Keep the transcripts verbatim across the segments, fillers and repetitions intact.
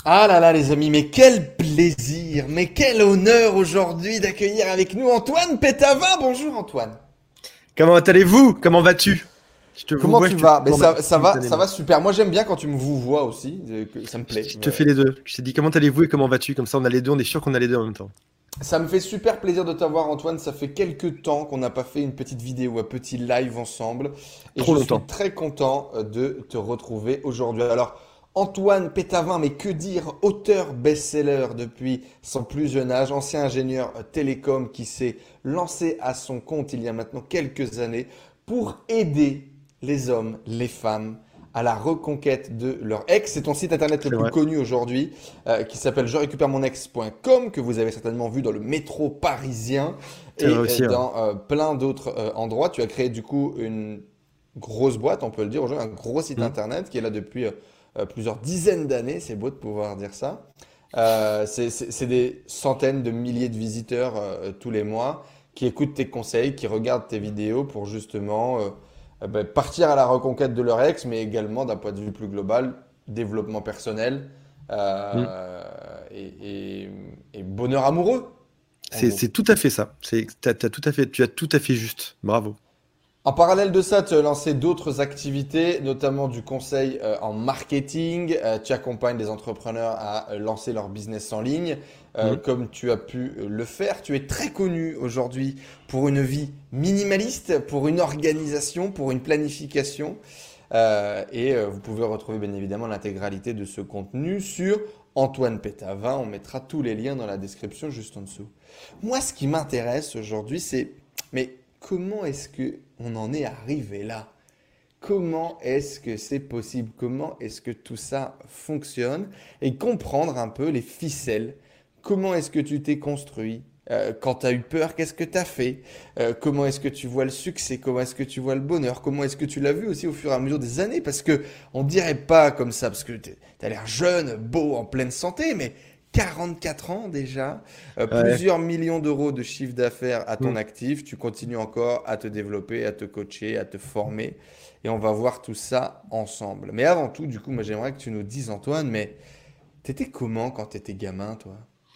Ah là là les amis, mais quel plaisir, mais quel honneur aujourd'hui d'accueillir avec nous Antoine Pétavin. Bonjour Antoine. Comment allez-vous? Comment vas-tu? Je te vous Comment vois, tu je te vas? Mais demande ça, ça va, ça simultanément. va super. Moi j'aime bien quand tu me vous vois aussi, euh, que- ça me Je plaît. je te Euh, fais les deux. Je t'ai dit comment allez-vous et comment vas-tu? Comme ça, on a les deux, on est sûr qu'on a les deux en même temps. Ça me fait super plaisir de t'avoir Antoine. Ça fait quelques temps qu'on n'a pas fait une petite vidéo, un petit live ensemble, et Trop je suis longtemps. très content euh, de te retrouver aujourd'hui. Alors Antoine Pétavin, mais que dire, auteur best-seller depuis son plus jeune âge, ancien ingénieur euh, télécom qui s'est lancé à son compte il y a maintenant quelques années pour aider les hommes, les femmes à la reconquête de leur ex. C'est ton site internet le C'est plus vrai. connu aujourd'hui, euh, qui s'appelle je récupère mon ex point com, que vous avez certainement vu dans le métro parisien C'est vrai et euh, aussi, ouais. dans euh, plein d'autres euh, endroits. Tu as créé du coup une grosse boîte, on peut le dire aujourd'hui, un gros site Hmm. internet qui est là depuis euh, euh, plusieurs dizaines d'années. C'est beau de pouvoir dire ça. Euh, c'est c'est- c'est des centaines de milliers de visiteurs euh, tous les mois qui écoutent tes conseils, qui regardent tes vidéos pour justement euh, euh, ben, partir à la reconquête de leur ex, mais également d'un point de vue plus global, développement personnel Hmm. euh, et, et- et bonheur amoureux, en C'est gros. c'est tout à fait ça. C'est, t'as, t'as tout à fait, tu as tout à fait juste. Bravo. En parallèle de ça, tu as lancé d'autres activités, notamment du conseil euh, en marketing. Euh, tu accompagnes des entrepreneurs à euh, lancer leur business en ligne, euh, Hmm. comme tu as pu euh, le faire. Tu es très connu aujourd'hui pour une vie minimaliste, pour une organisation, pour une planification. Euh, et euh, vous pouvez retrouver bien évidemment l'intégralité de ce contenu sur Antoine Pétavin. On mettra tous les liens dans la description juste en dessous. Moi, ce qui m'intéresse aujourd'hui, c'est, mais comment est-ce que on en est arrivé là? Comment est-ce que c'est possible? Comment est-ce que tout ça fonctionne? Et comprendre un peu les ficelles. Comment est-ce que tu t'es construit? Euh, quand tu as eu peur, qu'est-ce que tu as fait? Euh, comment est-ce que tu vois le succès? Comment est-ce que tu vois le bonheur? Comment est-ce que tu l'as vu aussi au fur et à mesure des années? Parce que on dirait pas comme ça, parce que tu as l'air jeune, beau, en pleine santé, mais quarante-quatre ans déjà, euh, Ouais. plusieurs millions d'euros de chiffre d'affaires à Hmm. ton actif, tu continues encore à te développer, à te coacher, à te former, et on va voir tout ça ensemble. Mais avant tout, du coup, moi j'aimerais que tu nous dises, Antoine, mais t'étais comment quand t'étais gamin, toi?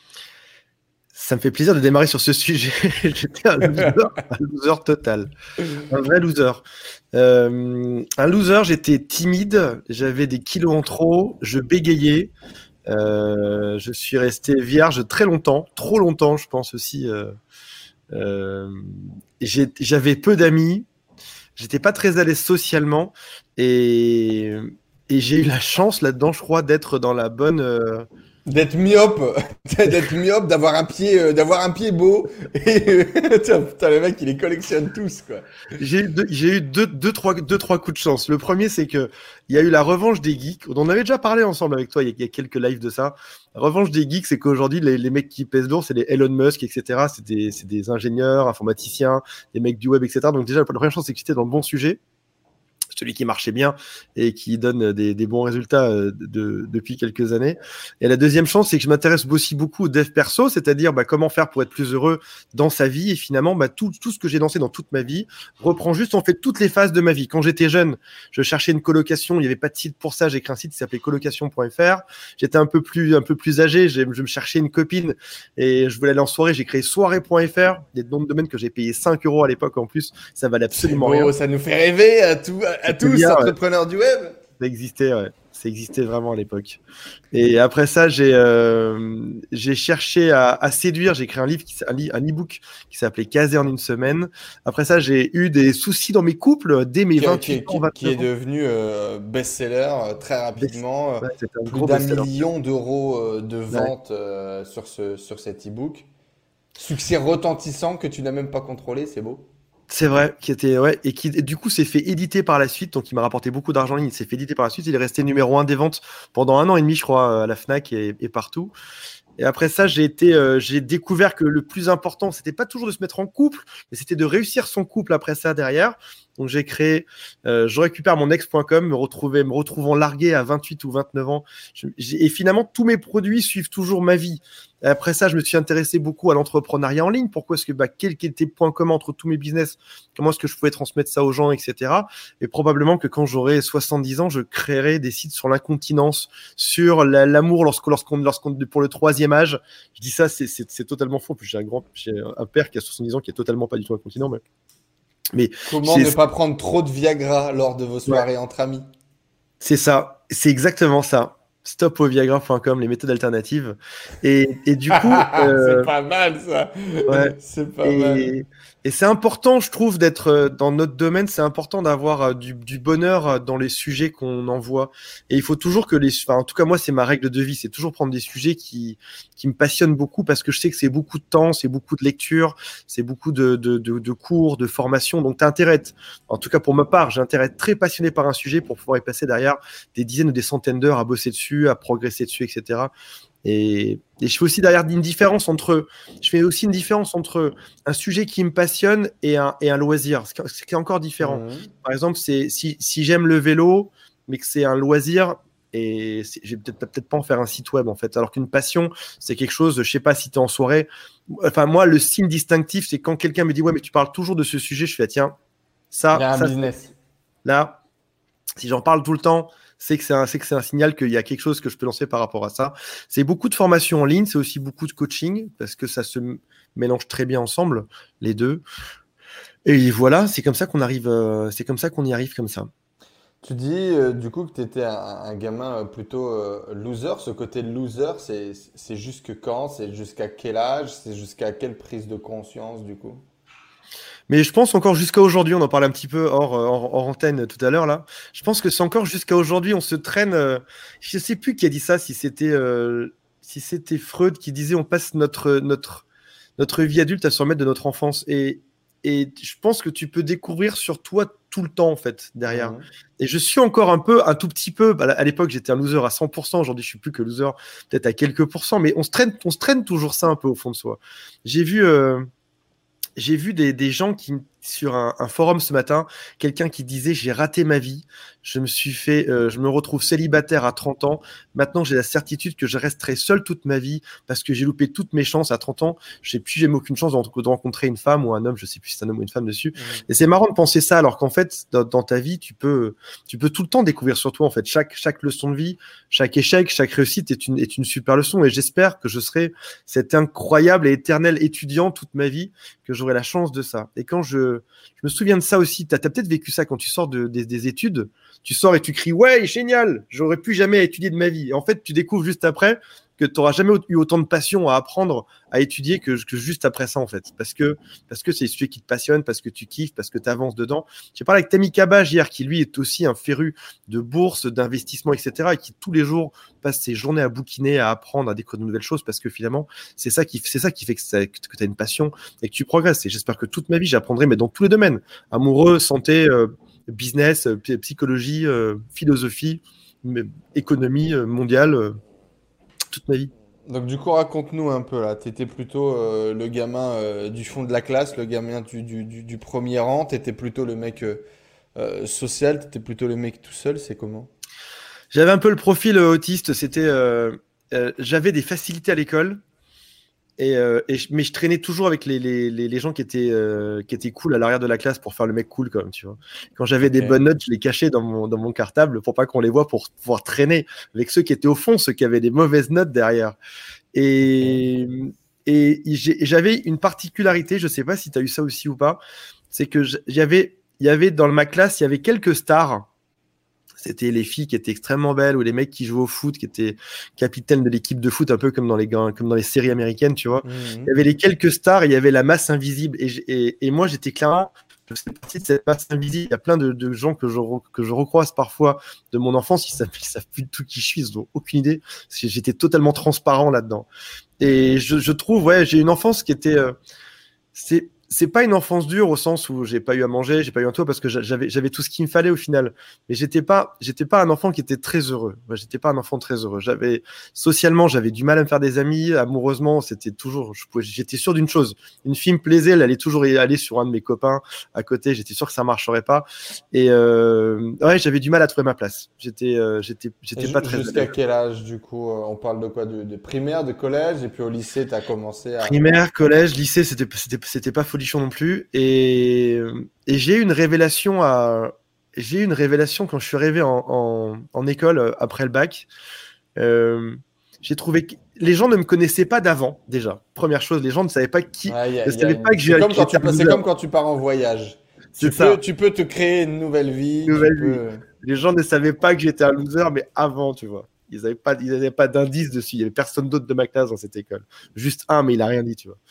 Ça me fait plaisir de démarrer sur ce sujet. J'étais un loser, un loser total. Un vrai loser. Euh, un loser, j'étais timide, j'avais des kilos en trop, je bégayais. Euh, je suis resté vierge très longtemps, trop longtemps, je pense aussi. Euh, euh, j'ai- j'avais peu d'amis, j'étais pas très à l'aise socialement, et, et j'ai eu la chance là-dedans, je crois, d'être dans la bonne. euh, D'être myope, d'être myope, d'avoir un pied, euh, d'avoir un pied beau, et putain, putain, le mec il les collectionne tous, quoi. J'ai eu, deux, j'ai eu deux, deux, trois, deux, trois coups de chance. Le premier, c'est que il y a eu la revanche des geeks. On en avait déjà parlé ensemble avec toi il y a, il y a quelques lives de ça. La revanche des geeks, c'est qu'aujourd'hui, les, les mecs qui pèsent lourd, c'est les Elon Musk, et cetera. C'est des, c'est des ingénieurs, informaticiens, des mecs du web, et cetera. Donc déjà, la première chance, c'est que j'étais dans le bon sujet, celui qui marchait bien et qui donne des, des bons résultats euh, de, depuis quelques années. Et la deuxième chance, c'est que je m'intéresse aussi beaucoup au dev perso, c'est-à-dire bah, comment faire pour être plus heureux dans sa vie. Et finalement, bah, tout, tout ce que j'ai lancé dans toute ma vie reprend juste en fait toutes les phases de ma vie. Quand j'étais jeune, je cherchais une colocation, il n'y avait pas de site pour ça, j'ai créé un site qui s'appelait colocation point f r. J'étais un peu plus, un peu plus âgé, je me cherchais une copine et je voulais aller en soirée, j'ai créé soirée point f r, des noms de domaine que j'ai payé cinq euros à l'époque en plus, ça valait C'est absolument rien. beau, ça nous fait rêver à, tout, à, à C'était tous, bien, ouais. entrepreneurs du web. Ça existait, ouais. Ça existait vraiment à l'époque. Et après ça, j'ai euh, j'ai cherché à, à séduire. J'ai créé un livre, qui, un, li- un e-book qui s'appelait Caser en une semaine. Après ça, j'ai eu des soucis dans mes couples dès mes Qui, a- qui, vingt-huit est- ans, qui- qui est vingt-neuf ans. devenu euh, best-seller euh, très Best- rapidement, euh, Ouais, c'était un plus gros d'un best-seller. million d'euros euh, de Ouais. ventes euh, sur ce, sur cet e-book. Succès retentissant que tu n'as même pas contrôlé, c'est beau. C'est vrai, qui était, ouais, et qui du coup s'est fait éditer par la suite, donc il m'a rapporté beaucoup d'argent en ligne. Il s'est fait éditer par la suite. Il est resté numéro un des ventes pendant un an et demi, je crois, à la Fnac et, et partout. Et après ça, j'ai été, euh, j'ai découvert que le plus important, c'était pas toujours de se mettre en couple, mais c'était de réussir son couple après ça derrière. Donc j'ai créé, euh, je récupère mon ex point com, me retrouver, me retrouvant largué à vingt-huit ou vingt-neuf ans. Je, et finalement, tous mes produits suivent toujours ma vie. Et après ça, je me suis intéressé beaucoup à l'entrepreneuriat en ligne. Pourquoi est-ce que, bah, quel était le point commun entre tous mes business? Comment est-ce que je pouvais transmettre ça aux gens, et cetera. Et probablement que quand j'aurai soixante-dix ans, je créerai des sites sur l'incontinence, sur la, l'amour lorsqu'on, lorsqu'on, lorsqu'on, pour le troisième âge. Je dis ça, c'est, c'est, c'est totalement faux. Puis j'ai un grand, j'ai un père qui a soixante-dix ans qui est totalement pas du tout incontinent, mais, mais Comment ne pas prendre trop de Viagra lors de vos soirées ouais. entre amis? C'est ça, c'est exactement ça. stop au viagra point com, les méthodes alternatives. Et, et du coup... euh, c'est pas mal, ça. Ouais. C'est pas et, mal. Et c'est important, je trouve, d'être dans notre domaine, c'est important d'avoir du, du bonheur dans les sujets qu'on envoie. Et il faut toujours que les... Enfin, en tout cas, moi, c'est ma règle de vie, c'est toujours prendre des sujets qui, qui me passionnent beaucoup parce que je sais que c'est beaucoup de temps, c'est beaucoup de lecture, c'est beaucoup de, de, de, de cours, de formation. Donc, t'as intérêt, en tout cas pour ma part, j'ai intérêt à être très passionné par un sujet pour pouvoir y passer derrière des dizaines ou des centaines d'heures à bosser dessus, à progresser dessus, et cetera. Et, et je fais aussi derrière une différence entre, je fais aussi une différence entre un sujet qui me passionne et un, et un loisir, ce qui est encore différent. Mmh. Par exemple, c'est si, si j'aime le vélo, mais que c'est un loisir, et je vais peut-être peut-être pas en faire un site web en fait, alors qu'une passion, c'est quelque chose, je sais pas si tu es en soirée. Enfin moi, le signe distinctif, c'est quand quelqu'un me dit ouais, mais tu parles toujours de ce sujet, je fais ah, tiens, ça, il y a un ça, business. Là, si j'en parle tout le temps, c'est que c'est un, c'est que c'est un signal qu'il y a quelque chose que je peux lancer par rapport à ça. C'est beaucoup de formation en ligne, c'est aussi beaucoup de coaching parce que ça se m- mélange très bien ensemble, les deux. Et voilà, c'est comme ça qu'on arrive, euh, c'est comme ça qu'on y arrive comme ça. Tu dis euh, du coup que tu étais un, un gamin plutôt euh, loser. Ce côté loser, c'est, c'est jusque quand? C'est jusqu'à quel âge? C'est jusqu'à quelle prise de conscience du coup? Mais je pense encore jusqu'à aujourd'hui, on en parlait un petit peu hors, hors, hors antenne tout à l'heure là. Je pense que c'est encore jusqu'à aujourd'hui, on se traîne. Euh, je sais plus qui a dit ça, si c'était euh, si c'était Freud qui disait on passe notre notre notre vie adulte à se remettre de notre enfance. Et et je pense que tu peux découvrir sur toi tout le temps en fait derrière. Mmh. Et je suis encore un peu, un tout petit peu. Bah, à l'époque, j'étais un loser à cent pour cent. Aujourd'hui, je suis plus que loser, peut-être à quelques pourcents. Mais on se traîne, on se traîne toujours ça un peu au fond de soi. J'ai vu. Euh, J'ai vu des, des gens qui, sur un, un forum ce matin, quelqu'un qui disait j'ai raté ma vie, je me suis fait, euh, je me retrouve célibataire à trente ans, maintenant j'ai la certitude que je resterai seul toute ma vie parce que j'ai loupé toutes mes chances à trente ans, je sais plus, j'ai aucune chance de, de rencontrer une femme ou un homme, je sais plus si c'est un homme ou une femme dessus. Mmh. Et c'est marrant de penser ça alors qu'en fait dans, dans ta vie tu peux, tu peux tout le temps découvrir sur toi en fait, chaque chaque leçon de vie, chaque échec, chaque réussite est une est une super leçon et j'espère que je serai cet incroyable et éternel étudiant toute ma vie, que j'aurai la chance de ça. Et quand je Je me souviens de ça aussi. Tu as peut-être vécu ça quand tu sors de, des, des études. Tu sors et tu cries « Ouais, génial, j'aurais pu jamais étudier de ma vie. » Et en fait, tu découvres juste après que tu n'auras jamais eu autant de passion à apprendre, à étudier que, que juste après ça, en fait. Parce que, parce que c'est des sujets qui te passionnent, parce que tu kiffes, parce que tu avances dedans. J'ai parlé avec Tammy Cabage hier, qui lui est aussi un féru de bourse, d'investissement, et cetera, et qui tous les jours passe ses journées à bouquiner, à apprendre, à découvrir de nouvelles choses, parce que finalement, c'est ça qui, c'est ça qui fait que, ça, que tu as une passion et que tu progresses. Et j'espère que toute ma vie, j'apprendrai, mais dans tous les domaines. Amoureux, santé, euh, business, euh, psychologie, euh, philosophie, économie euh, mondiale, euh, toute ma vie. Donc du coup, raconte-nous un peu là. Tu étais plutôt euh, le gamin euh, du fond de la classe, le gamin du, du, du, du premier rang. Tu étais plutôt le mec euh, euh, social, tu étais plutôt le mec tout seul. C'est comment? J'avais un peu le profil euh, autiste. C'était, euh, euh, j'avais des facilités à l'école. Et, euh, et je, mais je traînais toujours avec les, les, les, les gens qui étaient, euh, qui étaient cool à l'arrière de la classe pour faire le mec cool quand même, tu vois. Quand j'avais okay. des bonnes notes, je les cachais dans mon, dans mon cartable pour pas qu'on les voit, pour pouvoir traîner avec ceux qui étaient au fond, ceux qui avaient des mauvaises notes derrière. Et, okay. et j'avais une particularité, je sais pas si tu as eu ça aussi ou pas, c'est que j'avais, il y avait dans ma classe, il y avait quelques stars. C'était les filles qui étaient extrêmement belles ou les mecs qui jouaient au foot, qui étaient capitaines de l'équipe de foot, un peu comme dans les, comme dans les séries américaines, tu vois. Mmh. Il y avait les quelques stars et il y avait la masse invisible. Et, et, et moi, j'étais clairement, je faisais partie de cette masse invisible. Il y a plein de, de gens que je, que je recroise parfois de mon enfance, ils savent, ils savent plus du tout qui je suis, ils n'ont aucune idée. Parce que j'étais totalement transparent là-dedans. Et je, je trouve, ouais, j'ai une enfance qui était... Euh, c'est c'est pas une enfance dure au sens où j'ai pas eu à manger, j'ai pas eu un toit parce que j'avais, j'avais tout ce qu'il me fallait au final. Mais j'étais pas, j'étais pas un enfant qui était très heureux. Ouais, j'étais pas un enfant très heureux. J'avais, socialement, j'avais du mal à me faire des amis. Amoureusement, c'était toujours, je pouvais, j'étais sûr d'une chose. Une fille me plaisait, elle allait toujours y aller sur un de mes copains à côté. J'étais sûr que ça marcherait pas. Et, euh, ouais, j'avais du mal à trouver ma place. J'étais, euh, j'étais, j'étais pas très. Jusqu'à quel âge, du coup? On parle de quoi? De, de primaire, de collège, et puis au lycée, tu as commencé à. Primaire, collège, lycée, c'était, c'était, c'était pas folichon non plus. Et, et j'ai eu une révélation à, j'ai eu une révélation quand je suis arrivé en, en, en école après le bac. Euh, j'ai trouvé que les gens ne me connaissaient pas d'avant, déjà. Première chose, les gens ne savaient pas qui, Ouais, y a, ne y a savaient une... pas que j'ai. C'est comme, quand tu... c'est comme quand tu pars en voyage. C'est tu ça. Peux, tu peux te créer une nouvelle vie. Nouvelle tu vie. peux... Les gens ne savaient pas que j'étais un loser, mais avant, tu vois. Ils n'avaient pas, ils avaient pas d'indice dessus. Il n'y avait personne d'autre de ma classe dans cette école. Juste un, mais il n'a rien dit, tu vois.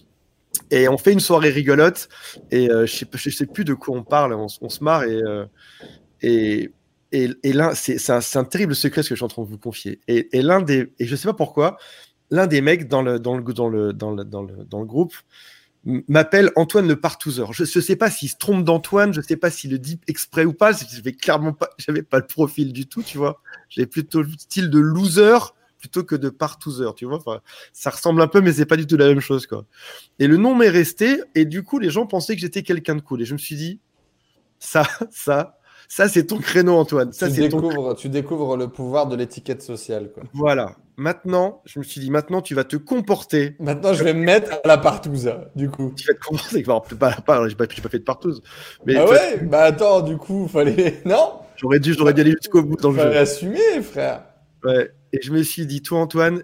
Et on fait une soirée rigolote. Et euh, je ne sais, sais plus de quoi on parle. On, on se marre. Et, euh, et, et, et l'un, c'est, c'est, un, c'est un terrible secret ce que je suis en train de vous confier. Et, et l'un des, et je ne sais pas pourquoi, l'un des mecs dans le, dans le, dans le, dans le, dans le, dans le groupe m'appelle Antoine le partouzeur. Je ne sais pas s'il se trompe d'Antoine, je ne sais pas s'il le dit exprès ou pas. Je n'avais clairement pas, j'avais pas le profil du tout, tu vois. J'avais plutôt le style de loser plutôt que de partouzeur, tu vois. Enfin, ça ressemble un peu, mais c'est pas du tout la même chose, quoi. Et le nom m'est resté, et du coup, les gens pensaient que j'étais quelqu'un de cool. Et je me suis dit, ça, ça, ça, c'est ton créneau, Antoine. Ça, tu, c'est découvres, ton... tu découvres le pouvoir de l'étiquette sociale, quoi. Voilà. Maintenant, je me suis dit, maintenant, tu vas te comporter. Maintenant, je vais me mettre à la partouze, du coup. Tu vas te comporter. Pas, pas, pas, j'ai pas, j'ai pas fait de partouze. Mais ah ouais vas... Bah attends, du coup, fallait. Non J'aurais dû, j'aurais dû aller jusqu'au bout dans le jeu. Fallait assumer, frère. Ouais. Et je me suis dit, toi, Antoine,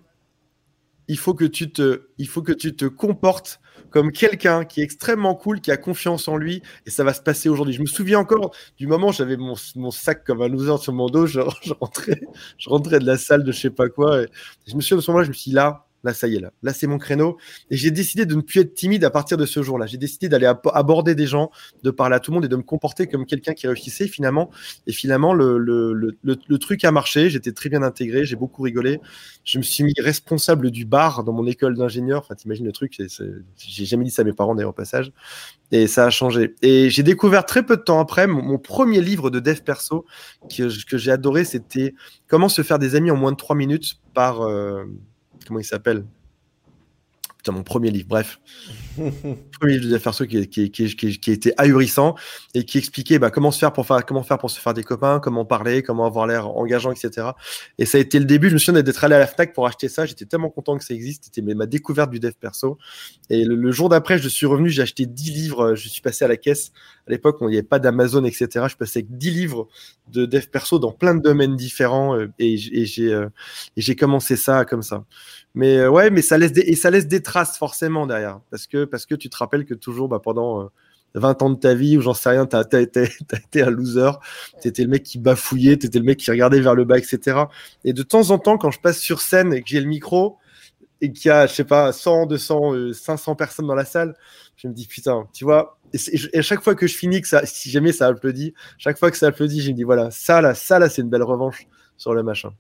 il faut que tu te, il faut que tu te comportes comme quelqu'un qui est extrêmement cool, qui a confiance en lui, et ça va se passer aujourd'hui. Je me souviens encore du moment où j'avais mon, mon sac comme un loser sur mon dos, je, je, rentrais, je rentrais de la salle de je sais pas quoi, et je me suis dit, à ce moment-là, je me suis dit, là, là, ça y est, là, là, c'est mon créneau, et j'ai décidé de ne plus être timide à partir de ce jour-là. J'ai décidé d'aller ab- aborder des gens, de parler à tout le monde et de me comporter comme quelqu'un qui réussissait, finalement, et finalement, le, le, le, le, le truc a marché, j'étais très bien intégré, j'ai beaucoup rigolé. Je me suis mis responsable du bar dans mon école d'ingénieur. Enfin, t'imagines le truc, c'est, c'est... j'ai jamais dit ça à mes parents d'ailleurs au passage. Et ça a changé. Et j'ai découvert très peu de temps après mon, mon premier livre de dev perso que, que j'ai adoré, c'était Comment se faire des amis en moins de trois minutes par euh, comment il s'appelle? Putain, mon premier livre, bref. Premier livre de dev perso qui, qui, qui, qui, qui était ahurissant et qui expliquait bah, comment se faire pour faire comment faire pour se faire des copains, comment parler, comment avoir l'air engageant, et cetera. Et ça a été le début. Je me souviens d'être allé à la Fnac pour acheter ça. J'étais tellement content que ça existe. C'était ma découverte du dev perso. Et le, le jour d'après, je suis revenu, j'ai acheté dix livres. Je suis passé à la caisse. À l'époque, il n'y avait pas d'Amazon, et cetera. Je passais avec dix livres de dev perso dans plein de domaines différents et, et j'ai euh, et j'ai commencé ça comme ça. Mais euh, ouais, mais ça laisse des, et ça laisse des traces forcément derrière, parce que parce que tu te rappelles que toujours bah, pendant euh, vingt ans de ta vie, ou j'en sais rien, t'as, t'as, t'as, t'as été un loser, t'étais le mec qui bafouillait, t'étais le mec qui regardait vers le bas, et cetera. Et de temps en temps, quand je passe sur scène et que j'ai le micro et qu'il y a, je sais pas, cent, deux cents, euh, cinq cents personnes dans la salle, je me dis putain, tu vois. Et, et à chaque fois que je finis, que ça, si jamais ça applaudit, chaque fois que ça applaudit, je me dis voilà, ça là, ça là, c'est une belle revanche sur le machin.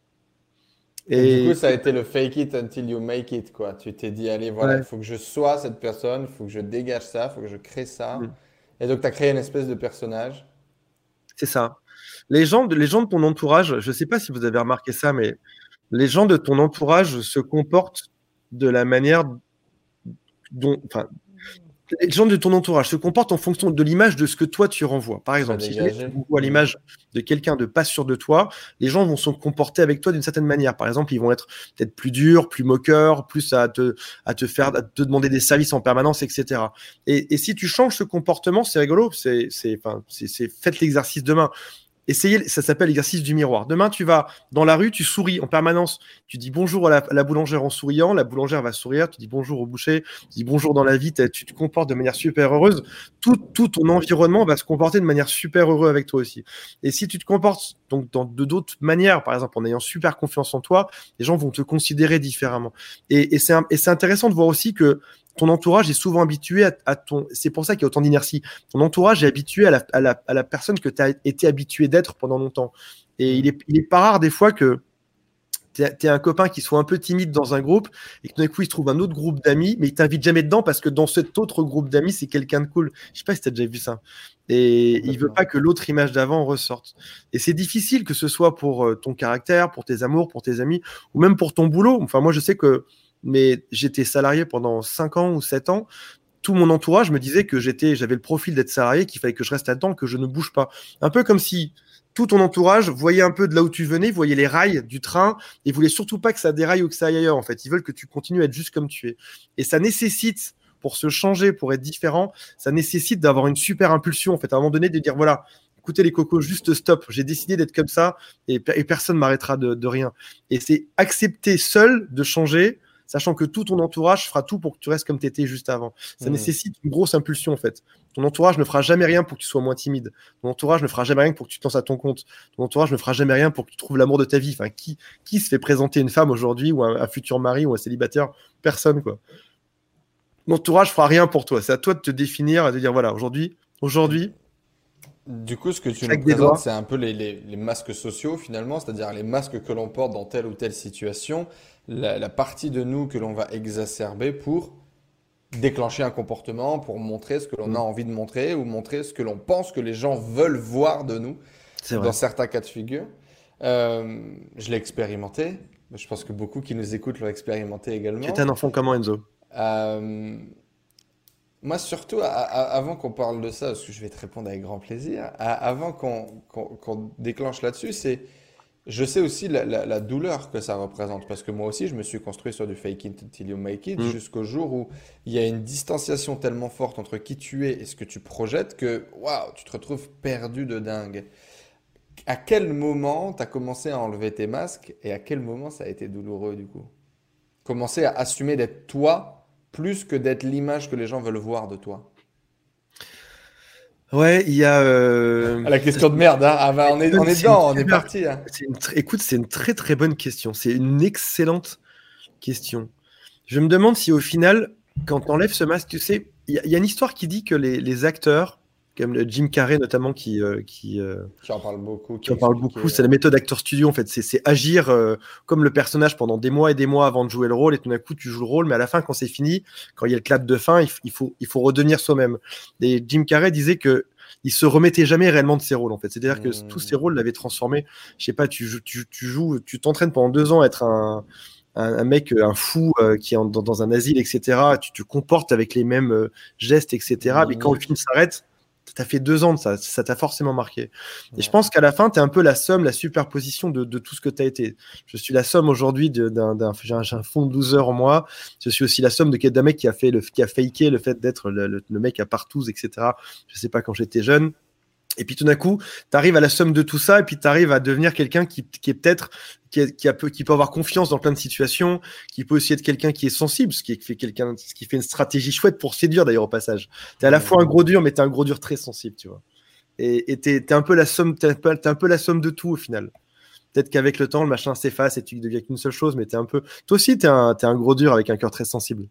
Et, et du coup, ça a été le fake it until you make it, quoi. Tu t'es dit, allez, voilà, il ouais. faut que je sois cette personne, il faut que je dégage ça, il faut que je crée ça. Mm. Et donc, tu as créé une espèce de personnage. C'est ça. Les gens, de, les gens de ton entourage, je ne sais pas si vous avez remarqué ça, mais les gens de ton entourage se comportent de la manière dont... Enfin, les gens de ton entourage se comportent en fonction de l'image de ce que toi tu renvoies. Par exemple, si jamais tu renvoies l'image de quelqu'un de pas sûr de toi, les gens vont se comporter avec toi d'une certaine manière. Par exemple, ils vont être peut-être plus durs, plus moqueurs, plus à te, à te faire, à te demander des services en permanence, et cetera. Et, et si tu changes ce comportement, c'est rigolo. C'est, c'est, enfin, c'est, c'est faites l'exercice demain. Essayez, ça s'appelle l'exercice du miroir. Demain, tu vas dans la rue, tu souris en permanence. Tu dis bonjour à la, à la boulangère en souriant, la boulangère va sourire. Tu dis bonjour au boucher, tu dis bonjour dans la vie. Tu te comportes de manière super heureuse. Tout, tout ton environnement va se comporter de manière super heureuse avec toi aussi. Et si tu te comportes donc dans, de d'autres manières, par exemple en ayant super confiance en toi, les gens vont te considérer différemment. Et, et, c'est, et c'est intéressant de voir aussi que ton entourage est souvent habitué à, à ton... C'est pour ça qu'il y a autant d'inertie. Ton entourage est habitué à la, à la, à la personne que tu as été habitué d'être pendant longtemps. Et il est, il est pas rare des fois que t'es, t'es un copain qui soit un peu timide dans un groupe et que tout d'un coup il se trouve un autre groupe d'amis, mais il t'invite jamais dedans parce que dans cet autre groupe d'amis, c'est quelqu'un de cool. Je sais pas si t'as déjà vu ça. Et il veut pas que l'autre image d'avant ressorte. Et c'est difficile que ce soit pour euh, ton caractère, pour tes amours, pour tes amis, ou même pour ton boulot. Enfin, moi, je sais que mais j'étais salarié pendant cinq ans ou sept ans. Tout mon entourage me disait que j'étais, j'avais le profil d'être salarié, qu'il fallait que je reste là-dedans, que je ne bouge pas. Un peu comme si tout ton entourage voyait un peu de là où tu venais, voyait les rails du train et voulait surtout pas que ça déraille ou que ça aille ailleurs. En fait, ils veulent que tu continues à être juste comme tu es. Et ça nécessite, pour se changer, pour être différent, ça nécessite d'avoir une super impulsion. En fait, à un moment donné, de dire voilà, écoutez les cocos, juste stop. J'ai décidé d'être comme ça et, et personne m'arrêtera de, de rien. Et c'est accepter seul de changer, sachant que tout ton entourage fera tout pour que tu restes comme tu étais juste avant. Ça mmh. nécessite une grosse impulsion, en fait. Ton entourage ne fera jamais rien pour que tu sois moins timide. Ton entourage ne fera jamais rien pour que tu te lances à ton compte. Ton entourage ne fera jamais rien pour que tu trouves l'amour de ta vie. Enfin, qui, qui se fait présenter une femme aujourd'hui, ou un, un futur mari, ou un célibataire? Personne, quoi. L'entourage fera rien pour toi. C'est à toi de te définir et de dire, voilà, aujourd'hui, aujourd'hui... Du coup, ce que tu nous présentes, c'est un peu les, les, les masques sociaux, finalement, c'est-à-dire les masques que l'on porte dans telle ou telle situation, la, la partie de nous que l'on va exacerber pour déclencher un comportement, pour montrer ce que l'on a envie de montrer ou montrer ce que l'on pense que les gens veulent voir de nous, c'est dans vrai. Certains cas de figure. Euh, je l'ai expérimenté. Je pense que beaucoup qui nous écoutent l'ont expérimenté également. Tu es un enfant comment, Enzo? euh, Moi, surtout, à, à, avant qu'on parle de ça, parce que je vais te répondre avec grand plaisir, à, avant qu'on qu'on, qu'on déclenche là-dessus, c'est, je sais aussi la, la, la douleur que ça représente, parce que moi aussi, je me suis construit sur du fake it until you make it, mmh. jusqu'au jour où il y a une distanciation tellement forte entre qui tu es et ce que tu projettes que, waouh, tu te retrouves perdu de dingue. À quel moment tu as commencé à enlever tes masques et à quel moment ça a été douloureux, du coup? Commencer à assumer d'être toi plus que d'être l'image que les gens veulent voir de toi. Ouais, il y a... Euh... Ah, la question de merde, hein. Ah, bah, on est, on est dedans, on est parti. Hein. C'est une tr... Écoute, c'est une très très bonne question. C'est une excellente question. Je me demande si au final, quand tu enlèves ce masque, tu sais, il y, y a une histoire qui dit que les, les acteurs, comme Jim Carrey notamment, qui, euh, qui, euh, qui en parle beaucoup, qui, qui en parle beaucoup, c'est la méthode acteur studio en fait. C'est, c'est agir euh, comme le personnage pendant des mois et des mois avant de jouer le rôle, et tout d'un coup tu joues le rôle, mais à la fin quand c'est fini, quand il y a le clap de fin, il, f- il faut il faut redevenir soi-même. Et Jim Carrey disait que il se remettait jamais réellement de ses rôles en fait. C'est-à-dire que mmh. tous ses rôles l'avaient transformé. Je sais pas, tu joues, tu, tu joues, tu t'entraînes pendant deux ans à être un Un, un mec, un fou euh, qui est en, dans, dans un asile, et cetera. Tu te comportes avec les mêmes euh, gestes, et cetera. Mmh. Mais quand le film s'arrête, t'as fait deux ans de ça, ça t'a forcément marqué. Ouais. Et je pense qu'à la fin, t'es un peu la somme, la superposition de, de tout ce que t'as été. Je suis la somme aujourd'hui de, d'un, d'un, j'ai un, j'ai un fond de loser en moi. Je suis aussi la somme de d'un mec qui a fait le, qui a faké le fait d'être le, le, le mec à partouze, et cetera. Je sais pas, quand j'étais jeune. Et puis tout d'un coup, tu arrives à la somme de tout ça, et puis tu arrives à devenir quelqu'un qui, qui est peut-être, qui, est, qui, a peu, qui peut avoir confiance dans plein de situations, qui peut aussi être quelqu'un qui est sensible, ce qui fait quelqu'un, ce qui fait une stratégie chouette pour séduire d'ailleurs au passage. T'es à la fois un gros dur, mais t'es un gros dur très sensible, tu vois. Et, et t'es, t'es un peu la somme, t'es un peu, t'es un peu la somme de tout au final. Peut-être qu'avec le temps, le machin s'efface et tu deviens qu'une seule chose, mais t'es un peu, toi aussi t'es un, t'es un gros dur avec un cœur très sensible.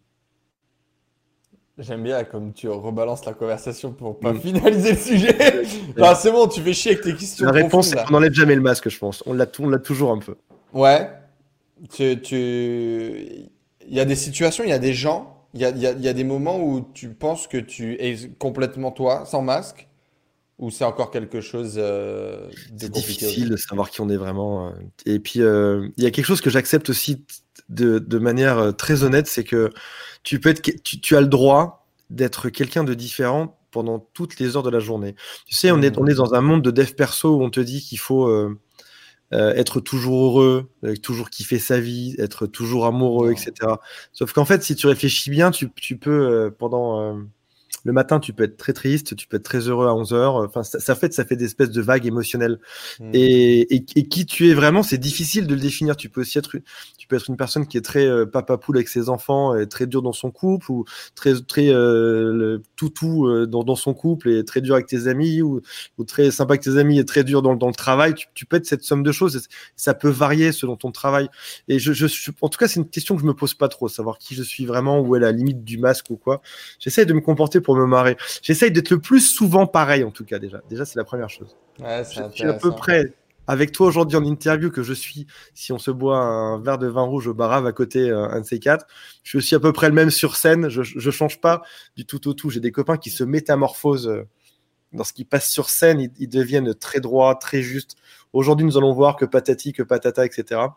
J'aime bien comme tu rebalances la conversation pour pas mmh. finaliser le sujet. Non, c'est bon, tu fais chier avec tes questions. La réponse, c'est qu'on n'enlève jamais le masque, je pense. On l'a, on l'a toujours un peu. Ouais. Tu, tu... Il y a des situations, il y a des gens, il y a, il y a, il y a des moments où tu penses que tu es complètement toi, sans masque, ou c'est encore quelque chose euh, de c'est compliqué difficile aussi. De savoir qui on est vraiment. Et puis, euh, il y a quelque chose que j'accepte aussi de, de manière très honnête, c'est que tu peux être, tu, tu as le droit d'être quelqu'un de différent pendant toutes les heures de la journée. Tu sais, on est, on est dans un monde de dev perso où on te dit qu'il faut euh, euh, être toujours heureux, euh, toujours kiffer sa vie, être toujours amoureux, non. et cetera. Sauf qu'en fait, si tu réfléchis bien, tu, tu peux, euh, pendant... Euh, le matin, tu peux être très triste, tu peux être très heureux à onze heures. Enfin, ça, ça fait, ça fait des espèces de vagues émotionnelles. Mmh. Et, et, et qui tu es vraiment, c'est difficile de le définir. Tu peux aussi être, tu peux être une personne qui est très euh, papa poule avec ses enfants, et très dur dans son couple, ou très, très euh, le toutou euh, dans, dans son couple et très dur avec tes amis, ou, ou très sympa avec tes amis et très dur dans, dans le travail. Tu, tu peux être cette somme de choses. Ça peut varier selon ton travail. Et je, je, je, en tout cas, c'est une question que je me pose pas trop, savoir qui je suis vraiment, où est la limite du masque ou quoi. J'essaie de me comporter pour me marrer. J'essaye d'être le plus souvent pareil, en tout cas, déjà. Déjà, c'est la première chose. Ouais, c'est je suis à peu près avec toi aujourd'hui en interview que je suis, si on se boit un verre de vin rouge au Barave à côté, euh, un de ces quatre, je suis à peu près le même sur scène. Je, je change pas du tout au tout. J'ai des copains qui se métamorphosent euh, lorsqu'ils passent sur scène. Ils, ils deviennent très droits, très justes. Aujourd'hui, nous allons voir que patati, que patata, et cetera.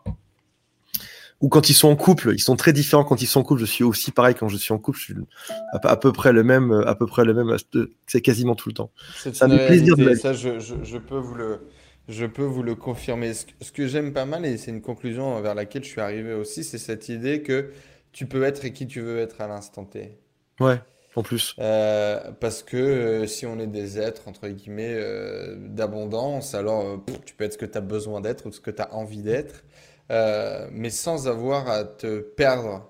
Ou quand ils sont en couple, ils sont très différents quand ils sont en couple. Je suis aussi pareil quand je suis en couple. Je suis à, à peu près le même, à peu près le même. C'est quasiment tout le temps. C'est Ça une me fait plaisir de réalité, la et vie. ça je, je- je peux vous le, je peux vous le confirmer. Ce que, ce que j'aime pas mal, et c'est une conclusion vers laquelle je suis arrivé aussi, c'est cette idée que tu peux être et qui tu veux être à l'instant T. Ouais, en plus. Euh, parce que euh, si on est des êtres, entre guillemets, euh, d'abondance, alors euh, pff, tu peux être ce que tu as besoin d'être ou ce que tu as envie d'être, euh, mais sans avoir à te perdre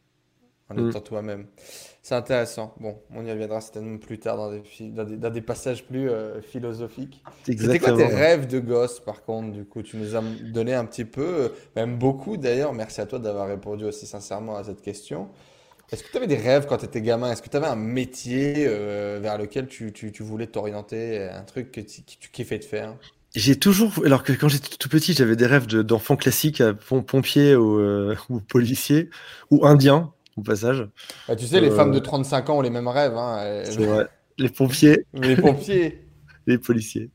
en Mm. étant toi-même. C'est intéressant. Bon, on y reviendra certainement plus tard dans des, fi- dans des, dans des passages plus euh, philosophiques. C'était quoi tes Exactement. Ouais. rêves de gosse, par contre, du coup? Tu nous as donné un petit peu, euh, même beaucoup d'ailleurs. Merci à toi d'avoir répondu aussi sincèrement à cette question. Est-ce que tu avais des rêves quand tu étais gamin? Est-ce que tu avais un métier euh, vers lequel tu, tu- tu voulais t'orienter, un truc que tu, que tu kiffais de faire? J'ai toujours, alors que quand j'étais tout petit, j'avais des rêves de- d'enfant classique, euh, pom- pompier ou, euh, ou policier ou indien au passage. Bah, tu sais, les femmes Euh, de trente-cinq ans ont les mêmes rêves, hein, elles- c'est vrai. Les pompiers, mais les pompiers. les policiers.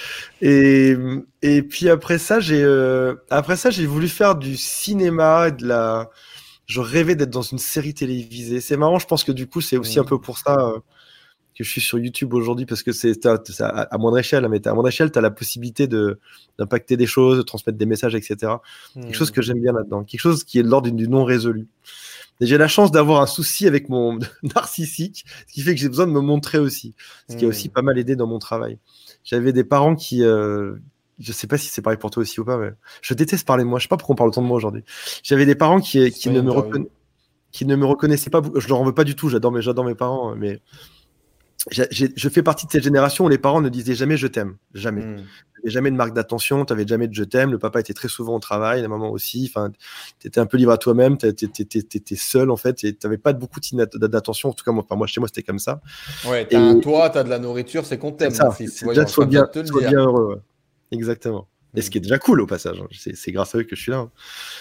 Et, et puis après ça, j'ai euh, après ça, j'ai voulu faire du cinéma et de la. Je rêvais d'être dans une série télévisée. C'est marrant, je pense que du coup, c'est aussi un Hmm. peu pour ça euh, que je suis sur YouTube aujourd'hui, parce que c'est t'as- t'as- à, à moindre échelle, mais t'as- à moindre échelle, tu as la possibilité de d'impacter des choses, de transmettre des messages, et cetera. Quelque chose Hmm. que j'aime bien là-dedans, quelque chose qui est de l'ordre du non résolu. Et j'ai la chance d'avoir un souci avec mon narcissique, ce qui fait que j'ai besoin de me montrer aussi, ce qui a aussi Hmm. pas mal aidé dans mon travail. J'avais des parents qui, euh, je sais pas si c'est pareil pour toi aussi ou pas, mais je déteste parler de moi. Je sais pas pourquoi on parle autant de moi aujourd'hui. J'avais des parents qui, C'est qui pas une ne me interview. reconna- qui ne me reconnaissaient pas. beaucoup. Je leur en veux pas du tout. J'adore mes, j'adore mes parents, mais j'ai- j'ai- je fais partie de cette génération où les parents ne disaient jamais je t'aime, jamais. Hmm. T'avais jamais de marque d'attention, t'avais jamais de je t'aime. Le papa était très souvent au travail, la maman aussi. Enfin, t'étais un peu libre à toi-même, t'étais, t'étais, t'étais seul en fait, et t'avais pas beaucoup d'attention. En tout cas, moi, enfin, moi chez moi, c'était comme ça. Ouais, t'as un Et toit, t'as de la nourriture, c'est qu'on c'est t'aime, mon ça. fils. C'est déjà Voyons, j'ai pas sois besoin bien, de te le sois dire. bien heureux. Ouais. Exactement. Et ce Hmm. qui est déjà cool au passage. hein. C'est, c'est grâce à eux que je suis là. hein.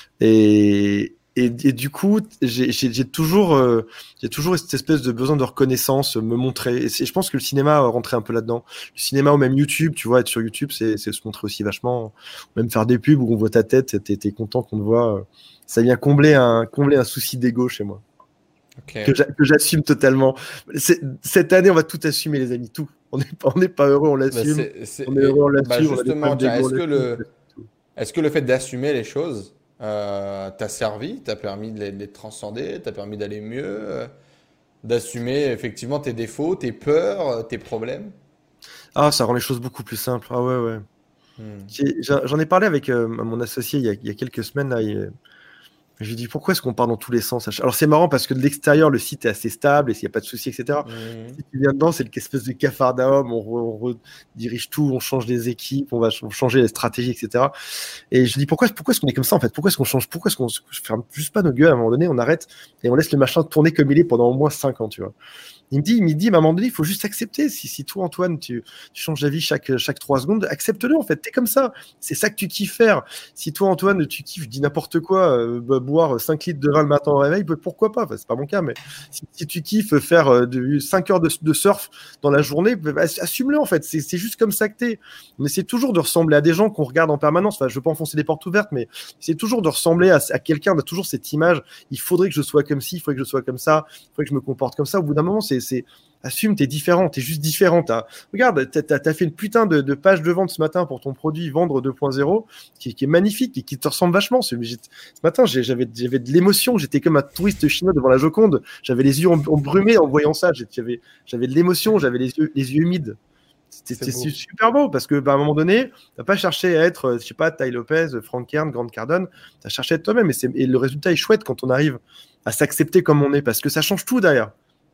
Et, et, et du coup, j'ai, j'ai, j'ai toujours, euh, j'ai toujours cette espèce de besoin de reconnaissance, me montrer. Et c'est- je pense que le cinéma euh, rentrait un peu là-dedans. Le cinéma ou même YouTube, tu vois, être sur YouTube, c'est, c'est se montrer aussi vachement. Même faire des pubs où on voit ta tête, t'es, t'es content qu'on te voit. euh, Ça vient combler un, combler un souci d'ego chez moi. Que, Ok. j'a- que j'assume totalement. C'est- cette année, on va tout assumer, les amis, tout. On n'est pas, on n'est pas heureux, on Bah, l'assume. c'est, c'est- On est et- heureux, on bah, l'assume. On a des justement, problèmes tiens, d'ego, on est-ce que l'assume. le, est-ce que le fait d'assumer les choses euh, t'a servi, t'a permis de les, de les transcender, t'a permis d'aller mieux, euh, d'assumer effectivement tes défauts, tes peurs, euh, tes problèmes? Ah, ça rend les choses beaucoup plus simples. Ah ouais, ouais. Hmm. J'ai- J'en j'en ai parlé avec euh, mon associé il y a, il y a quelques semaines. Là, il- je lui ai dit pourquoi est-ce qu'on part dans tous les sens. Alors c'est marrant parce que de l'extérieur, le site est assez stable et s'il n'y a pas de soucis, et cetera. Hmm. Si tu viens dedans, c'est l'espèce de capharnaüm, on, re- on redirige tout, on change les équipes, on va ch- changer les stratégies, et cetera. Et je dis pourquoi, pourquoi est-ce qu'on est comme ça en fait? Pourquoi est-ce qu'on change? Pourquoi est-ce qu'on se ferme juste pas nos gueules à un moment donné, on arrête et on laisse le machin tourner comme il est pendant au moins cinq ans, tu vois? Il me dit, il me dit, à un moment donné, il faut juste accepter. Si, si toi, Antoine, tu, tu changes d'avis chaque, chaque trois secondes, accepte-le, en fait. T'es comme ça. C'est ça que tu kiffes faire. Si toi, Antoine, tu kiffes, je dis n'importe quoi, euh, bah, boire cinq litres de vin le matin au réveil, bah, pourquoi pas? Enfin, c'est pas mon cas, mais si, si tu kiffes faire euh, de, cinq heures de, de surf dans la journée, bah, assume-le, en fait. C'est, c'est juste comme ça que t'es. On essaie toujours de ressembler à des gens qu'on regarde en permanence. Enfin, je veux pas enfoncer des portes ouvertes, mais c'est toujours de ressembler à, à quelqu'un. On a toujours cette image. Il faudrait que je sois comme ci, il faudrait que je sois comme ça, il faudrait que je me comporte comme ça. Au bout d'un moment, c'est, c'est assume, t'es différent, t'es juste différent. T'as, regarde, t'as, t'as, t'as fait une putain de, de page de vente ce matin pour ton produit Vendre deux point zéro, qui, qui est magnifique et qui te ressemble vachement. Ce, ce matin, j'ai, j'avais, j'avais de l'émotion. J'étais comme un touriste chinois devant la Joconde. J'avais les yeux embrumés en voyant ça. J'avais, j'avais de l'émotion, j'avais les yeux, les yeux humides. C'était, C'est c'était beau. super beau parce que, bah, à un moment donné, t'as pas cherché à être, je sais pas, Ty Lopez, Frank Kern, Grant Cardone. T'as cherché à être toi-même et, c'est, et le résultat est chouette quand on arrive à s'accepter comme on est parce que ça change tout derrière.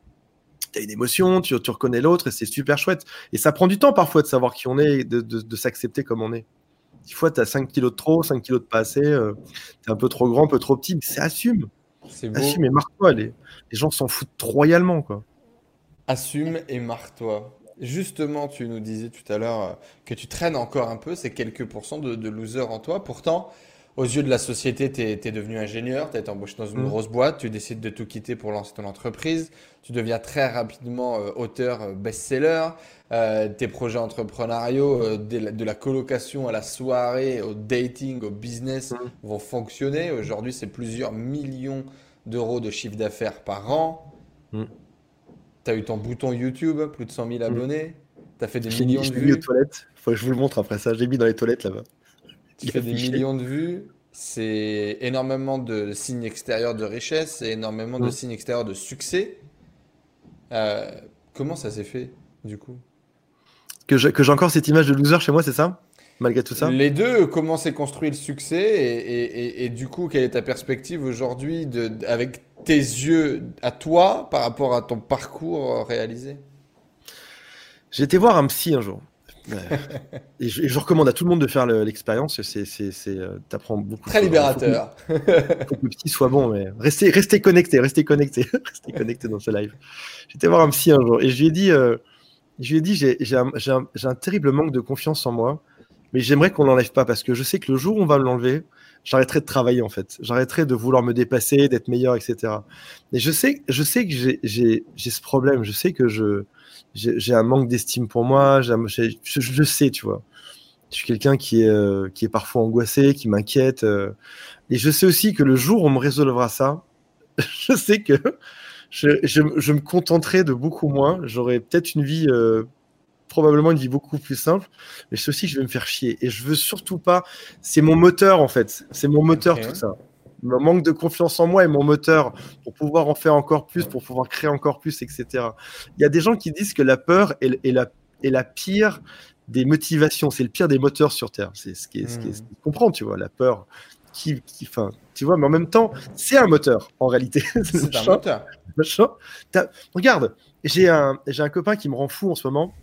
Tu as une émotion, tu, tu reconnais l'autre et c'est super chouette. Et ça prend du temps parfois de savoir qui on est et de, de, de s'accepter comme on est. Des fois, tu as cinq kilos de trop, cinq kilos de pas assez, euh, tu es un peu trop grand, un peu trop petit, mais c'est assume. C'est Assume beau. et marre-toi. Les, les gens s'en foutent royalement, quoi. Assume et marre-toi. justement, tu nous disais tout à l'heure euh, que tu traînes encore un peu ces quelques pourcents de, de loser en toi. Pourtant, aux yeux de la société, tu es devenu ingénieur, tu as été embauché dans une Mm. grosse boîte, tu décides de tout quitter pour lancer ton entreprise, tu deviens très rapidement euh, auteur euh, best-seller, euh, tes projets entrepreneuriaux, euh, de la, de la colocation à la soirée, au dating, au business, Mm. vont fonctionner. Aujourd'hui, c'est plusieurs millions d'euros de chiffre d'affaires par an. Mm. Tu as eu ton bouton YouTube, plus de cent mille Mm. abonnés, tu as fait des Je l'ai mis, millions je de l'ai mis aux vues. toilettes. Faut que je vous le montre après ça. Je l'ai mis dans les toilettes là-bas. Tu Il est fais des affiché. millions de vues, c'est énormément de signes extérieurs de richesse, c'est énormément de Mm. signes extérieurs de succès. Euh, Comment ça s'est fait, du coup? Que je- que j'ai encore cette image de loser chez moi, c'est ça? Malgré tout ça? Les deux, comment s'est construit le succès et, et- et- et du coup, quelle est ta perspective aujourd'hui de, d- avec tes yeux à toi par rapport à ton parcours euh, réalisé? J'ai été voir un psy un jour. Euh, Et je, et je recommande à tout le monde de faire le- l'expérience. C'est, c'est, c'est, euh, t'apprends beaucoup de Très choses. Alors, il faut que, le libérateur. faut que le psy soit bon, mais restez, restez connectés, restez connectés, restez connectés dans ce live. J'étais voir un psy un jour et je lui ai dit, euh, je lui ai dit, j'ai, j'ai un, j'ai un- j'ai un terrible manque de confiance en moi, mais j'aimerais qu'on l'enlève pas parce que je sais que le jour où on va me l'enlever, j'arrêterai de travailler en fait. J'arrêterai de vouloir me dépasser, d'être meilleur, et cetera. Et je sais, je sais que j'ai, j'ai, j'ai ce problème. Je sais que je, j'ai, j'ai un manque d'estime pour moi. J'ai un- j'ai- je, je le sais, tu vois. Je suis quelqu'un qui est, euh, qui est parfois angoissé, qui m'inquiète. euh, et je sais aussi que le jour où on me résolvera ça, je sais que je, je, je me contenterai de beaucoup moins. J'aurai peut-être une vie, euh, probablement une vie beaucoup plus simple. Mais je sais aussi que je vais me faire chier. Et je veux surtout pas. C'est mon moteur, en fait. C'est mon moteur, tout Ok. ça. Mon manque de confiance en moi est mon moteur pour pouvoir en faire encore plus, pour pouvoir créer encore plus, et cetera. Il y a des gens qui disent que la peur est, est la, est la pire des motivations, c'est le pire des moteurs sur Terre. C'est ce qui est, ce qui est, ce Hmm. qui comprend, tu vois, la peur. Qui, qui, enfin, tu vois, mais en même temps, c'est un moteur en réalité. C'est le C'est un machin, moteur. machin. T'as- Regarde, j'ai un, j'ai un copain qui me rend fou en ce moment.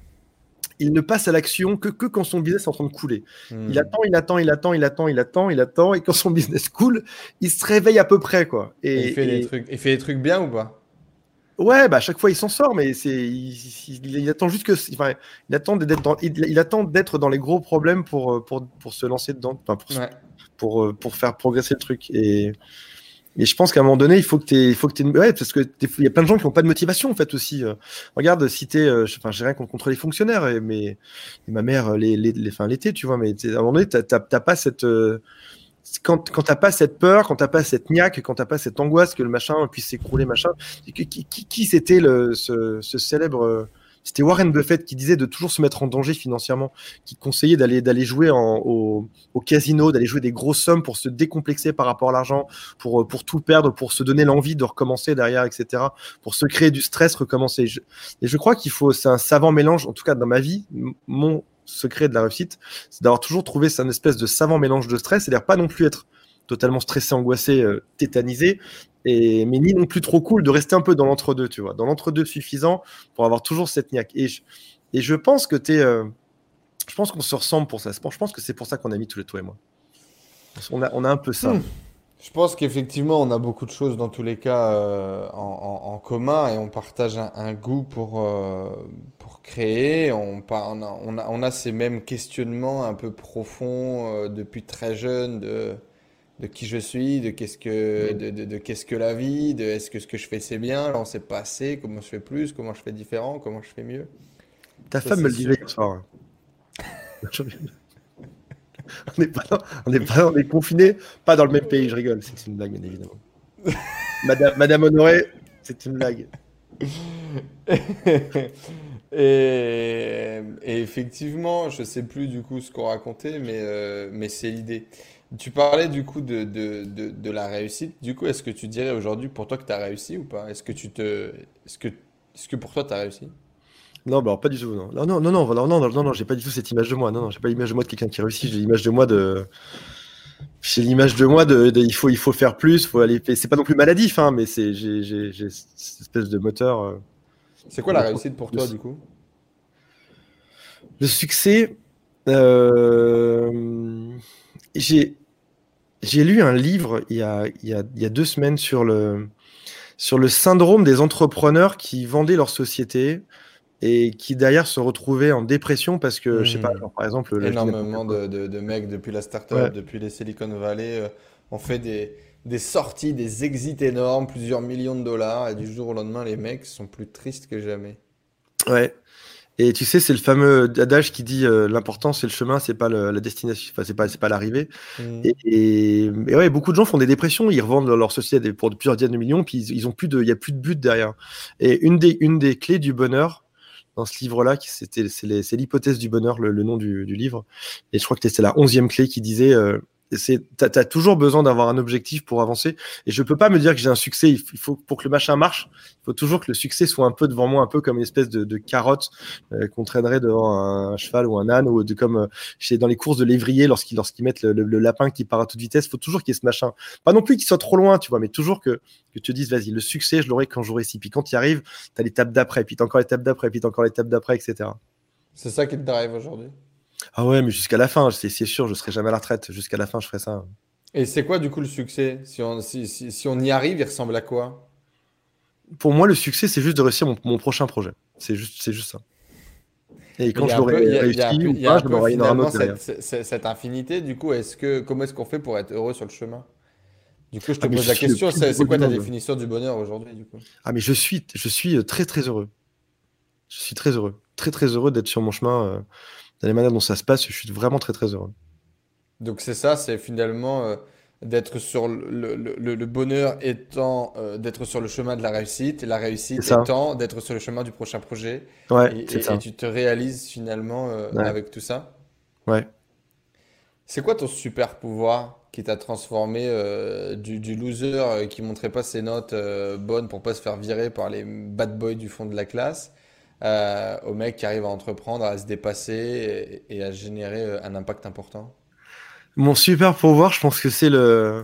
Il ne passe à l'action que, que quand son business est en train de couler. Il Hmm. attend, il attend, il attend, il attend, il attend, il attend, et quand son business coule, il se réveille à peu près, quoi. Et il fait Et, des et trucs, il fait des trucs bien ou pas? ouais, bah à chaque fois il s'en sort, mais c'est, il, il- il attend juste que, enfin, il attend d'être dans, il, il attend d'être dans les gros problèmes pour, euh, pour, pour se lancer dedans, enfin, pour, se- Ouais. pour, euh, pour faire progresser le truc. Et, et je pense qu'à un moment donné, il faut que tu il faut que t'aies une- ouais, parce que t'es- il y a plein de gens qui n'ont pas de motivation en fait aussi. euh. Regarde, si t'es, euh, je- enfin, j'ai rien contre contre les fonctionnaires, et, mais et ma mère les, les, les, enfin, l'été, tu vois, mais t'sais, à un moment donné, t'as t'as- t'as pas cette, euh, quand, quand t'as pas cette peur, quand t'as pas cette niaque, quand t'as pas cette angoisse que le machin puisse s'écrouler, machin. Qui, qui, qui, qui c'était le, ce, ce célèbre, euh, c'était Warren Buffett qui disait de toujours se mettre en danger financièrement, qui conseillait d'aller d'aller jouer en, au, au casino, d'aller jouer des grosses sommes pour se décomplexer par rapport à l'argent, pour, pour tout perdre, pour se donner l'envie de recommencer derrière, et cetera. Pour se créer du stress, recommencer. Je, et je crois qu'il faut, c'est un savant mélange, en tout cas dans ma vie, m- mon secret de la réussite, c'est d'avoir toujours trouvé un espèce de savant mélange de stress, c'est-à-dire pas non plus être totalement stressé, angoissé, euh, tétanisé, et, mais ni non plus trop cool, de rester un peu dans l'entre-deux, tu vois, dans l'entre-deux suffisant pour avoir toujours cette niaque. Et je, et je pense que t'es, euh, je pense qu'on se ressemble pour ça. Je pense que c'est pour ça qu'on a mis tous les toi et moi. On a, on a un peu ça. Hmm. Je pense qu'effectivement, on a beaucoup de choses dans tous les cas euh, en, en- en commun et on partage un, un goût pour, euh, pour créer. On, par- on a, on a- on a ces mêmes questionnements un peu profonds euh, depuis très jeune de, de qui je suis, de qu'est-ce que, Mm. de, de- de qu'est-ce que la vie, de est-ce que ce que je fais c'est bien, là on sait pas assez, comment je fais plus, comment je fais différent, comment je fais mieux. Ta Ça femme me c'est le sûr. disait hier soir. On n'est pas, dans- on n'est pas, on est confinés, pas dans le même pays. Je rigole, c'est une blague, bien évidemment. Madame, Madame Honoré, c'est une blague. Et, et effectivement, je sais plus du coup ce qu'on racontait, mais, euh, mais c'est l'idée. Tu parlais du coup de, de, de, de la réussite. Du coup, est-ce que tu dirais aujourd'hui pour toi que tu as réussi ou pas? Est-ce que tu te, est-ce que, est-ce que pour toi tu as réussi? Non, bah alors, pas du tout. Non, non, non, non, non, non, non, non, non, non, j'ai pas du tout cette image de moi. Non, non, j'ai pas l'image de moi de quelqu'un qui réussit. J'ai l'image de moi de, j'ai l'image de moi de, de- il faut, il faut faire plus, faut aller. C'est pas non plus maladif, hein, mais c'est, j'ai, j'ai, j'ai cette espèce de moteur. euh, C'est quoi la de- réussite pour de- toi du coup? Le succès. euh, j'ai, j'ai lu un livre il y a, il y a, il y a deux semaines sur le, sur le syndrome des entrepreneurs qui vendaient leur société et qui derrière se retrouvaient en dépression parce que, je sais pas, Mhm. genre, par exemple, là, je dis n'importe Énormément quoi. de, de- de mecs depuis la Ouais, startup, depuis les Silicon Valley, euh, ont fait des, des sorties, des exits énormes, plusieurs millions de dollars, et du jour au lendemain, les mecs sont plus tristes que jamais. ouais. Et tu sais, c'est le fameux adage qui dit euh, l'important c'est le chemin, c'est pas le- la destination, enfin c'est pas c'est pas l'arrivée. Et, Mhm. et, et ouais, beaucoup de gens font des dépressions, ils revendent leur société à des- pour plusieurs dizaines de millions, puis ils, ils ont plus de, il y a plus de but derrière. Et une des une des clés du bonheur dans ce livre-là, qui c'était c'est les- c'est l'hypothèse du bonheur, le, le nom du, du livre. Et je crois que c'est la onzième clé qui disait euh, c'est t'as, t'as toujours besoin d'avoir un objectif pour avancer. Et je peux pas me dire que j'ai un succès. Il faut, il faut- pour que le machin marche, il faut toujours que le succès soit un peu devant moi, un peu comme une espèce de, de carotte euh, qu'on traînerait devant un cheval ou un âne, ou de comme euh, chez dans les courses de lévrier lorsqu'ils lorsqu'ils mettent le, le- le lapin qui part à toute vitesse. Il faut toujours qu'il y ait ce machin. Pas non plus qu'il soit trop loin, tu vois, mais toujours que que tu te dises vas-y, le succès, je l'aurai quand j'aurai ci. Puis quand tu y arrives, t'as l'étape d'après, puis t'as encore l'étape d'après, puis t'as encore l'étape d'après, et cetera. C'est ça qui te drive aujourd'hui. Ah ouais, mais jusqu'à la fin, c'est c'est sûr, je serai jamais à la retraite. Jusqu'à la fin, je ferai ça. Et c'est quoi du coup le succès? Si on, si, si, si on y arrive, il ressemble à quoi? Pour moi, le succès, c'est juste de réussir mon, mon prochain projet. C'est juste, c'est juste ça. Et Mais il quand y je a un l'aurai peu, il y a, il y a un réussi peu, ou il y a pas, un je peu n'aurai une un finalement autre derrière. cette, cette, cette infinité. Du coup, est-ce que, comment est-ce qu'on fait pour être heureux sur le chemin? Du coup, je te Ah, mais pose je la suis le question, plus c'est c'est heureux quoi du ta monde. définition du bonheur aujourd'hui, du coup? Ah, mais je suis, je suis euh, très, très heureux. Je suis très heureux. Très, très heureux d'être sur mon chemin. Euh, dans les manières dont ça se passe, je suis vraiment très, très heureux. Donc c'est ça, c'est finalement euh, d'être sur le, le- le- le bonheur étant euh, d'être sur le chemin de la réussite, et la C'est réussite ça. étant d'être sur le chemin du prochain projet, Ouais, et, c'est et- et ça. tu te réalises finalement euh, Ouais, avec tout ça. ouais. C'est quoi ton super pouvoir qui t'a transformé euh, du, du loser euh, qui montrait pas ses notes euh, bonnes pour pas se faire virer par les bad boys du fond de la classe, euh, au mec qui arrive à entreprendre, à se dépasser et, et à générer euh, un impact important? Mon super pouvoir, je pense que c'est le.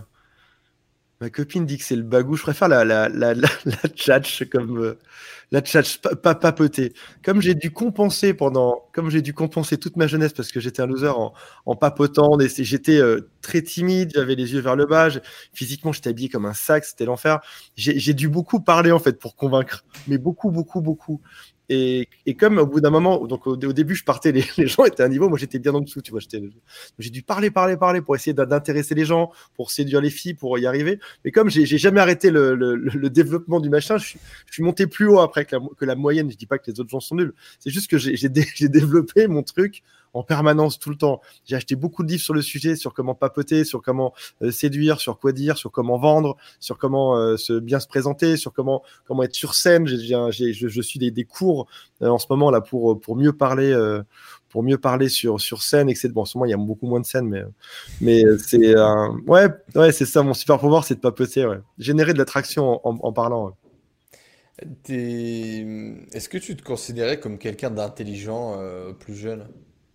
Ma copine dit que c'est le bagou. Je préfère la, la, la, la, la tchatche comme euh, la tchatche, pas, pas papoter. Comme j'ai dû compenser pendant, comme j'ai dû compenser toute ma jeunesse parce que j'étais un loser en, en papotant. des- J'étais euh, très timide, j'avais les yeux vers le bas. je- Physiquement, j'étais habillé comme un sac, c'était l'enfer. J'ai j'ai dû beaucoup parler en fait pour convaincre, mais beaucoup, beaucoup, beaucoup. Et, et comme au bout d'un moment, donc au, au début, je partais, les, les gens étaient à un niveau, moi j'étais bien en dessous, tu vois. j'étais- J'ai dû parler, parler, parler pour essayer d'intéresser les gens, pour séduire les filles, pour y arriver. Mais comme j'ai j'ai jamais arrêté le, le, le développement du machin, je suis, je suis monté plus haut après que la, que la moyenne. Je dis pas que les autres gens sont nuls. C'est juste que j'ai j'ai dé- j'ai développé mon truc en permanence tout le temps. J'ai acheté beaucoup de livres sur le sujet, sur comment papoter, sur comment euh, séduire, sur quoi dire, sur comment vendre, sur comment euh, se bien se présenter, sur comment comment être sur scène. J'ai, j'ai un- j'ai- je, je suis des, des cours euh, en ce moment là pour pour mieux parler. Euh, pour mieux parler sur, sur scène, et cetera. Bon, en ce moment, il y a beaucoup moins de scènes, mais, mais c'est un... ouais, ouais, c'est ça, mon super pouvoir, c'est de papoter, ouais. Générer de l'attraction en, en, en parlant. Ouais. T'es- Est-ce que tu te considérais comme quelqu'un d'intelligent euh, plus jeune?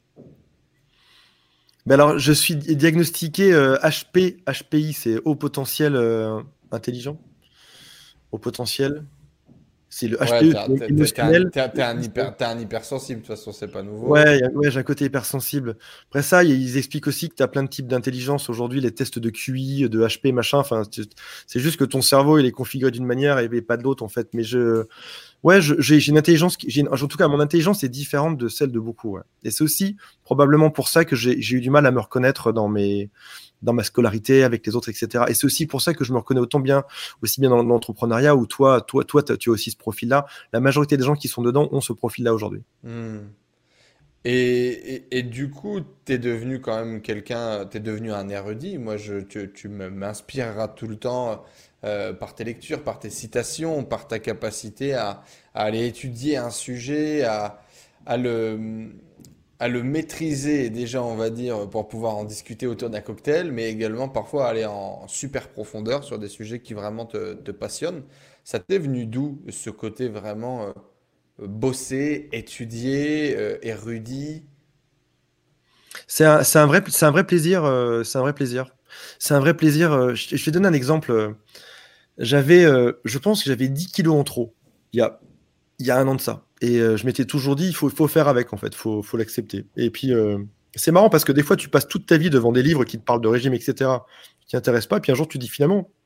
Mais alors, je suis diagnostiqué euh, H P, H P I, c'est haut potentiel euh, intelligent, haut potentiel. C'est le Ouais, H P E, t'es un, c'est t'es- t'es- t'es un, émotionnel. t'es un- t'es un hyper, t'es un hypersensible, de toute façon, c'est pas nouveau. Ouais, y a- ouais, j'ai un côté hypersensible. Après ça, y- ils expliquent aussi que tu as plein de types d'intelligence aujourd'hui, les tests de Q I, de H P, machin. Enfin, c'est c'est juste que ton cerveau, il est configuré d'une manière et, et pas de l'autre, en fait. Mais je, ouais, je- j'ai j'ai une intelligence, qui- j'ai une- en tout cas, mon intelligence est différente de celle de beaucoup. Ouais. Et c'est aussi probablement pour ça que j'ai j'ai eu du mal à me reconnaître dans mes, dans ma scolarité avec les autres, et cetera. Et c'est aussi pour ça que je me reconnais autant bien, aussi bien dans l'entrepreneuriat où toi, toi, toi, t'as- tu as aussi ce profil-là. La majorité des gens qui sont dedans ont ce profil-là aujourd'hui. Hmm. Et, et, et du coup, t'es devenu quand même quelqu'un, t'es devenu un érudit. Moi, je, tu, tu me- m'inspireras tout le temps euh, par tes lectures, par tes citations, par ta capacité à, à aller étudier un sujet, à, à le, à le maîtriser déjà, on va dire, pour pouvoir en discuter autour d'un cocktail, mais également parfois aller en super profondeur sur des sujets qui vraiment te, te passionnent. Ça t'est venu d'où ce côté vraiment euh, bosser, étudier, euh, érudit? C'est un, c'est un vrai, c'est un vrai plaisir. euh, c'est un vrai plaisir. C'est un vrai plaisir. euh, je, je vais donner un exemple. euh, J'avais, euh, je pense que j'avais dix kilos en trop il y a, il y a un an de ça. Et euh, je m'étais toujours dit, il faut, il faut faire avec, en fait. Il faut, faut l'accepter. Et puis, euh, c'est marrant parce que des fois, tu passes toute ta vie devant des livres qui te parlent de régime, et cetera, qui t'intéressent pas. Puis un jour, tu dis finalement,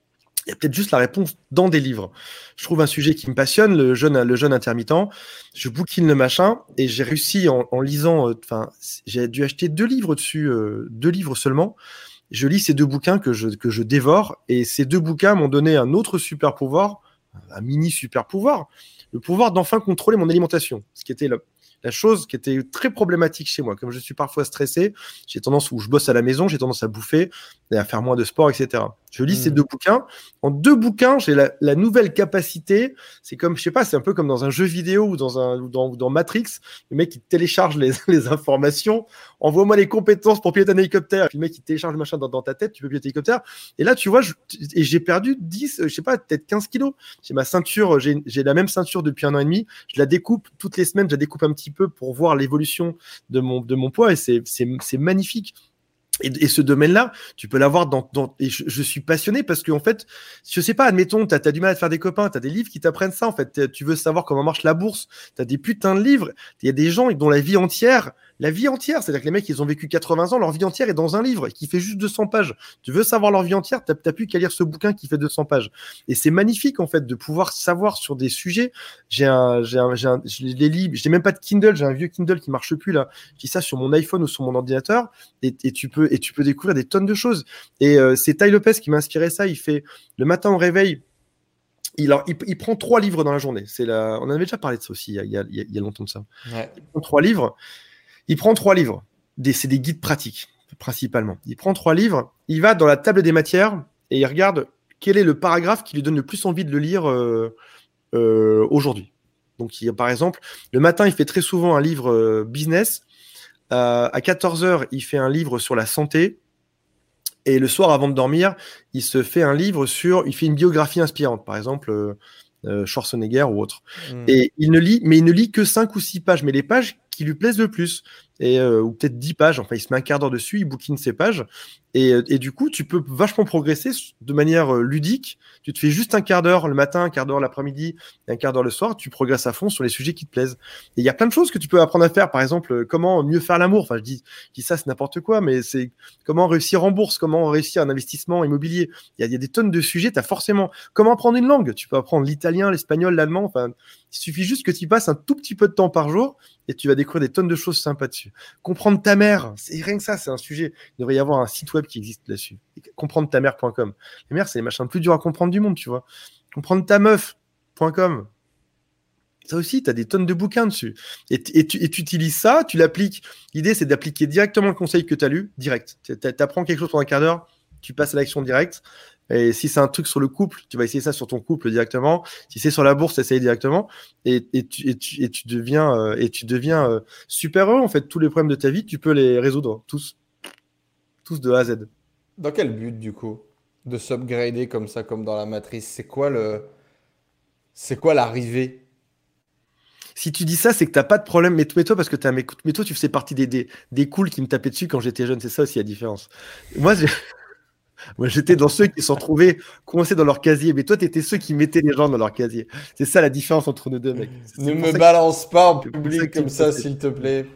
Il y a peut-être juste la réponse dans des livres. Je trouve un sujet qui me passionne, le jeûne, le jeûne intermittent. Je bouquine le machin et j'ai réussi en, en lisant. Enfin, euh, j'ai dû acheter deux livres dessus, euh, deux livres seulement. Je lis ces deux bouquins que je, que je dévore et ces deux bouquins m'ont donné un autre super pouvoir, un mini super pouvoir, le pouvoir d'enfin contrôler mon alimentation, ce qui était le, la chose qui était très problématique chez moi. Comme je suis parfois stressé, j'ai tendance, où je bosse à la maison, j'ai tendance à bouffer et à faire moins de sport, et cetera. Je lis mmh. ces deux bouquins. En deux bouquins, j'ai la, la nouvelle capacité. C'est comme, je sais pas, c'est un peu comme dans un jeu vidéo ou dans, un, ou dans, ou dans Matrix. Le mec, il télécharge les, les informations. Envoie-moi les compétences pour piloter un hélicoptère. Puis le mec, il télécharge le machin dans, dans ta tête. Tu peux piloter un hélicoptère. Et là, tu vois, je, et j'ai perdu dix, je sais pas, peut-être quinze kilos. J'ai ma ceinture, j'ai, j'ai la même ceinture depuis un an et demi. Je la découpe toutes les semaines. Je la découpe un petit peu pour voir l'évolution de mon, de mon poids. Et c'est, c'est, c'est magnifique. Et, et ce domaine-là, tu peux l'avoir dans, dans et je, je suis passionné parce que en fait, je sais pas, admettons, t'as as du mal à te faire des copains, t'as des livres qui t'apprennent ça. En fait, tu veux savoir comment marche la bourse, t'as des putains de livres. Il y a des gens dont la vie entière, la vie entière, c'est-à-dire que les mecs, ils ont vécu quatre-vingts ans, leur vie entière est dans un livre qui fait juste deux cents pages. Tu veux savoir leur vie entière, t'as, t'as plus qu'à lire ce bouquin qui fait deux cents pages. Et c'est magnifique en fait de pouvoir savoir sur des sujets. J'ai un, j'ai un, j'ai un, je les lis. J'ai même pas de Kindle, j'ai un vieux Kindle qui marche plus là. J'ai ça sur mon iPhone ou sur mon ordinateur et, et tu peux et tu peux découvrir des tonnes de choses. Et euh, c'est Tai Lopez qui m'a inspiré ça. Il fait le matin au réveil. Il, alors, il, il prend trois livres dans la journée. C'est la, on avait déjà parlé de ça aussi il y a, il y a, il y a longtemps de ça. Ouais. Il prend trois livres. Il prend trois livres. Des, c'est des guides pratiques, principalement. Il prend trois livres. Il va dans la table des matières et il regarde quel est le paragraphe qui lui donne le plus envie de le lire euh, euh, aujourd'hui. Donc, il, par exemple, le matin, il fait très souvent un livre euh, business. Euh, à quatorze heures, il fait un livre sur la santé. Et le soir, avant de dormir, il se fait un livre sur... Il fait une biographie inspirante, par exemple euh, euh, Schwarzenegger ou autre. Mmh. Et il ne lit, mais il ne lit que cinq ou six pages, mais les pages qui lui plaisent le plus. Et, euh, ou peut-être dix pages. Enfin, il se met un quart d'heure dessus, il bouquine ses pages. Et, et du coup, tu peux vachement progresser de manière ludique. Tu te fais juste un quart d'heure le matin, un quart d'heure l'après-midi, et un quart d'heure le soir. Tu progresses à fond sur les sujets qui te plaisent. Et il y a plein de choses que tu peux apprendre à faire. Par exemple, comment mieux faire l'amour. Enfin, je dis, je dis ça, c'est n'importe quoi, mais c'est comment réussir en bourse, comment réussir un investissement immobilier. Il y a, il y a des tonnes de sujets. Tu as forcément comment apprendre une langue. Tu peux apprendre l'italien, l'espagnol, l'allemand. Enfin, il suffit juste que tu y passes un tout petit peu de temps par jour et tu vas découvrir des tonnes de choses sympas dessus. Comprendre ta mère, c'est rien que ça, c'est un sujet. Il devrait y avoir un site web qui existe là-dessus. comprendre ta mère point com. Les mères, c'est les machins plus durs à comprendre du monde, tu vois. comprendre ta meuf point com. Ça aussi, tu as des tonnes de bouquins dessus. Et, et, tu, et tu utilises ça, tu l'appliques. L'idée, c'est d'appliquer directement le conseil que tu as lu, direct. Tu apprends quelque chose pendant un quart d'heure, tu passes à l'action directe. Et si c'est un truc sur le couple, tu vas essayer ça sur ton couple directement. Si c'est sur la bourse, essaye directement. Et, et, tu, et, tu, et tu deviens, euh, et tu deviens euh, super heureux. En fait, tous les problèmes de ta vie, tu peux les résoudre. Tous. Tous de A à Z. Dans quel but, du coup, de s'upgrader comme ça, comme dans la matrice? C'est quoi le... C'est quoi l'arrivée? Si tu dis ça, c'est que t'as pas de problème. Mais toi, parce que t'as, mais toi, tu faisais partie des, des, des cools qui me tapaient dessus quand j'étais jeune. C'est ça aussi la différence. Moi, j'ai... Moi, j'étais dans ceux qui se sont retrouvés coincés dans leur casier. Mais toi, t'étais ceux qui mettaient les gens dans leur casier. C'est ça la différence entre nous deux, mec. C'est ne me balance que... pas en public comme ça, s'il te plaît.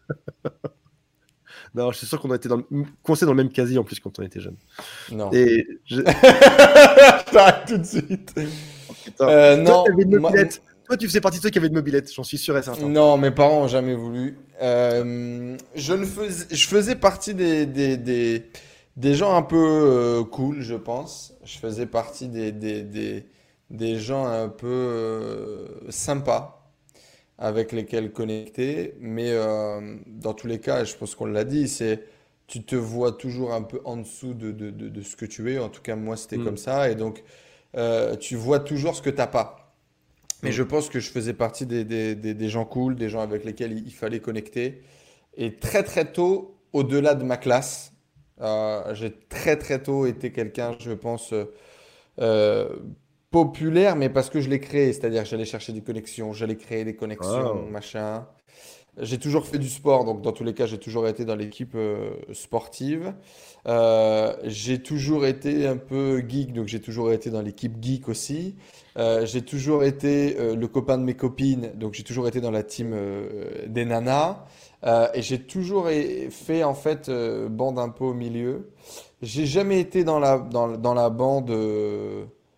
Non, je suis sûr qu'on a été dans le... coincés dans le même casier en plus quand on était jeune. Non. Et je... T'arrêtes tout de suite. Oh, euh, non. Toi, une mobilette. Moi... Toi, tu faisais partie de ceux qui avaient une mobilette, j'en suis sûr et certain. Non, mes parents n'ont jamais voulu. Euh, je, ne faisais... je faisais partie des, des, des, des gens un peu euh, cool, je pense. Je faisais partie des, des, des, des gens un peu euh, sympas avec lesquels connecter. Mais euh, dans tous les cas, je pense qu'on l'a dit, c'est tu te vois toujours un peu en dessous de, de, de, de ce que tu es. En tout cas, moi, c'était mmh. comme ça. Et donc, euh, tu vois toujours ce que tu n'as pas. Mais mmh. je pense que je faisais partie des, des, des, des gens cool, des gens avec lesquels il, il fallait connecter. Et très, très tôt, au-delà de ma classe, euh, j'ai très, très tôt été quelqu'un, je pense, euh, populaire, mais parce que je l'ai créé. C'est-à-dire que j'allais chercher des connexions, j'allais créer des connexions, wow. machin. J'ai toujours fait du sport, donc dans tous les cas, j'ai toujours été dans l'équipe euh, sportive. Euh, j'ai toujours été un peu geek, donc j'ai toujours été dans l'équipe geek aussi. Euh, j'ai toujours été euh, le copain de mes copines, donc j'ai toujours été dans la team euh, des nanas. Euh, et j'ai toujours fait en fait euh, bande un peu au milieu. J'ai jamais été dans la, dans, dans la bande... Euh,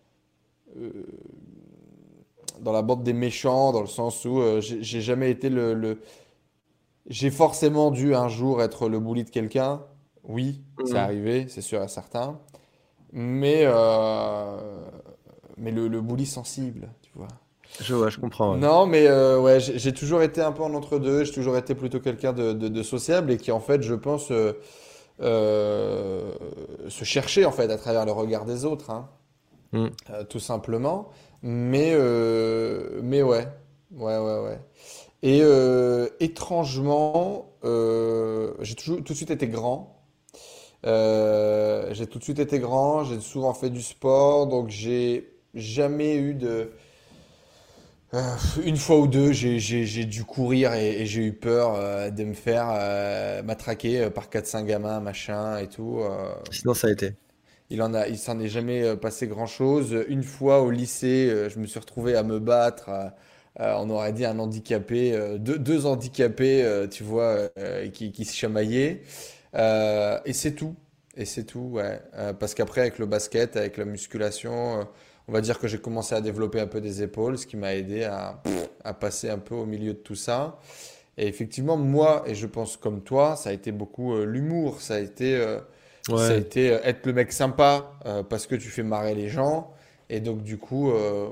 euh, dans la bande des méchants, dans le sens où euh, j'ai j'ai jamais été le, le- J'ai forcément dû un jour être le bully de quelqu'un. Oui, c'est Mhm. arrivé, c'est sûr et certain. Mais, euh, mais le, le bully sensible, tu vois. Je vois, je comprends. Ouais. Non, mais euh, ouais, j'ai j'ai toujours été un peu en entre-deux. J'ai toujours été plutôt quelqu'un de, de- de sociable et qui, en fait, je pense, euh, euh, se cherchait, en fait, à travers le regard des autres, hein, Mhm. euh, tout simplement. Mais, euh, mais ouais, ouais, ouais, ouais. Et euh, étrangement, euh, j'ai toujours tout de suite été grand. Euh, j'ai tout de suite été grand, j'ai souvent fait du sport, donc j'ai jamais eu de... Euh, une fois ou deux, j'ai j'ai- j'ai dû courir et, et j'ai eu peur euh, de me faire euh, matraquer euh, par quatre cinq gamins, machin et tout. euh. Sinon, ça a été. Il en a, il s'en est jamais euh, passé grand-chose. Une fois au lycée, euh, je me suis retrouvé à me battre. euh, euh, on aurait dit un handicapé, euh, deux, deux handicapés, euh, tu vois, euh, qui, qui se chamaillaient. Euh, et c'est tout. Et c'est tout, ouais. Euh, parce qu'après, avec le basket, avec la musculation, euh, on va dire que j'ai commencé à développer un peu des épaules, ce qui m'a aidé à, à passer un peu au milieu de tout ça. Et effectivement, moi, et je pense comme toi, ça a été beaucoup euh, l'humour, ça a été, euh, ça a Ouais. été euh, être le mec sympa euh, parce que tu fais marrer les gens. Et donc, du coup, euh,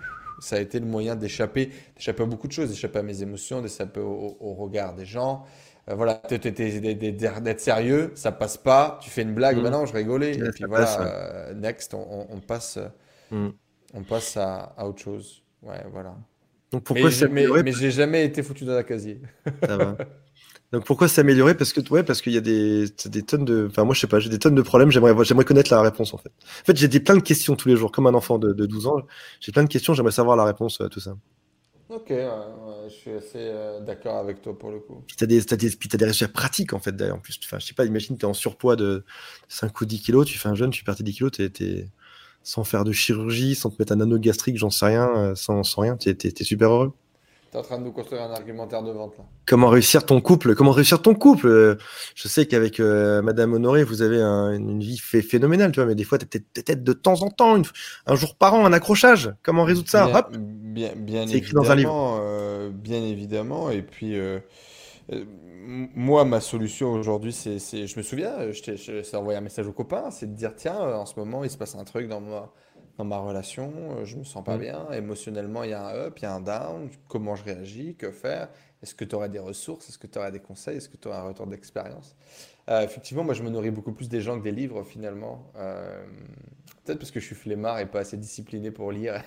ça a été le moyen d'échapper, d'échapper à beaucoup de choses, d'échapper à mes émotions, d'échapper au, au regard des gens. Euh, voilà, t'es- t'es- t'es- d'être d'être- d'être sérieux, ça passe pas. Tu fais une blague, ben Mhm. non, je rigolais. Et Ouais, puis ça passe. voilà, Ouais. euh, next, on, on- on passe, Mhm. on passe à, à autre chose. Ouais, voilà. Donc Mais pourquoi j'ai, mais, s'améliorer? mais j'ai jamais été foutu dans la casier. Ça va. Donc pourquoi s'améliorer? Parce que ouais, parce qu'il y a des, c'est des tonnes de, enfin moi je sais pas, j'ai des tonnes de problèmes. J'aimerais, j'aimerais connaître la réponse en fait. En fait, j'ai des plein de questions tous les jours, comme un enfant de, de douze ans. J'ai plein de questions. J'aimerais savoir la réponse à tout ça. Ok, ouais, ouais, je suis assez euh, d'accord avec toi pour le coup. Puis t'as des, t'as des, puis t'as des résultats pratiques en fait d'ailleurs. En plus, enfin je sais pas, imagine t'es en surpoids de cinq ou dix kilos, tu fais un jeûne, tu perds tes dix kilos, t'es, t'es- sans faire de chirurgie, sans te mettre un anneau gastrique, j'en sais rien, euh, sans, sans rien, t'es, t'es, t'es super heureux. T'es en train de nous construire un argumentaire de vente là. Comment réussir ton couple? Comment réussir ton couple? Euh, Je sais qu'avec euh, Madame Honoré, vous avez un- une vie phé- phénoménale, tu vois, mais des fois, t'as peut-être peut-être de temps en temps, une- un jour par an, un accrochage. Comment résoudre ça? Bien, Hop, bien, bien c'est écrit dans un livre. évidemment, euh, bien évidemment. Et puis, euh, euh, m- moi, ma solution aujourd'hui, c'est, c'est, je me souviens, euh, je t'ai je t'ai envoyé un message au copain, c'est de dire, tiens, euh, en ce moment, il se passe un truc dans ma, dans ma relation, euh, je me sens pas Mm. bien, émotionnellement, il y a un up, il y a un down, comment je réagis, que faire? Est-ce que tu aurais des ressources? Est-ce que tu aurais des conseils? Est-ce que tu aurais un retour d'expérience? Euh, effectivement, moi, je me nourris beaucoup plus des gens que des livres, finalement. Euh, peut-être parce que je suis flemmard et pas assez discipliné pour lire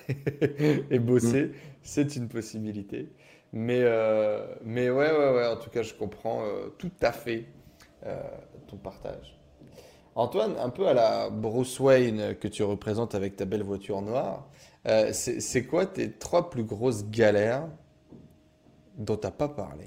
et Mm. bosser. C'est une possibilité. Mais, euh, mais ouais, ouais, ouais, en tout cas, je comprends euh, tout à fait euh, ton partage. Antoine, un peu à la Bruce Wayne que tu représentes avec ta belle voiture noire, euh, c'est c'est quoi tes trois plus grosses galères dont t'as pas parlé?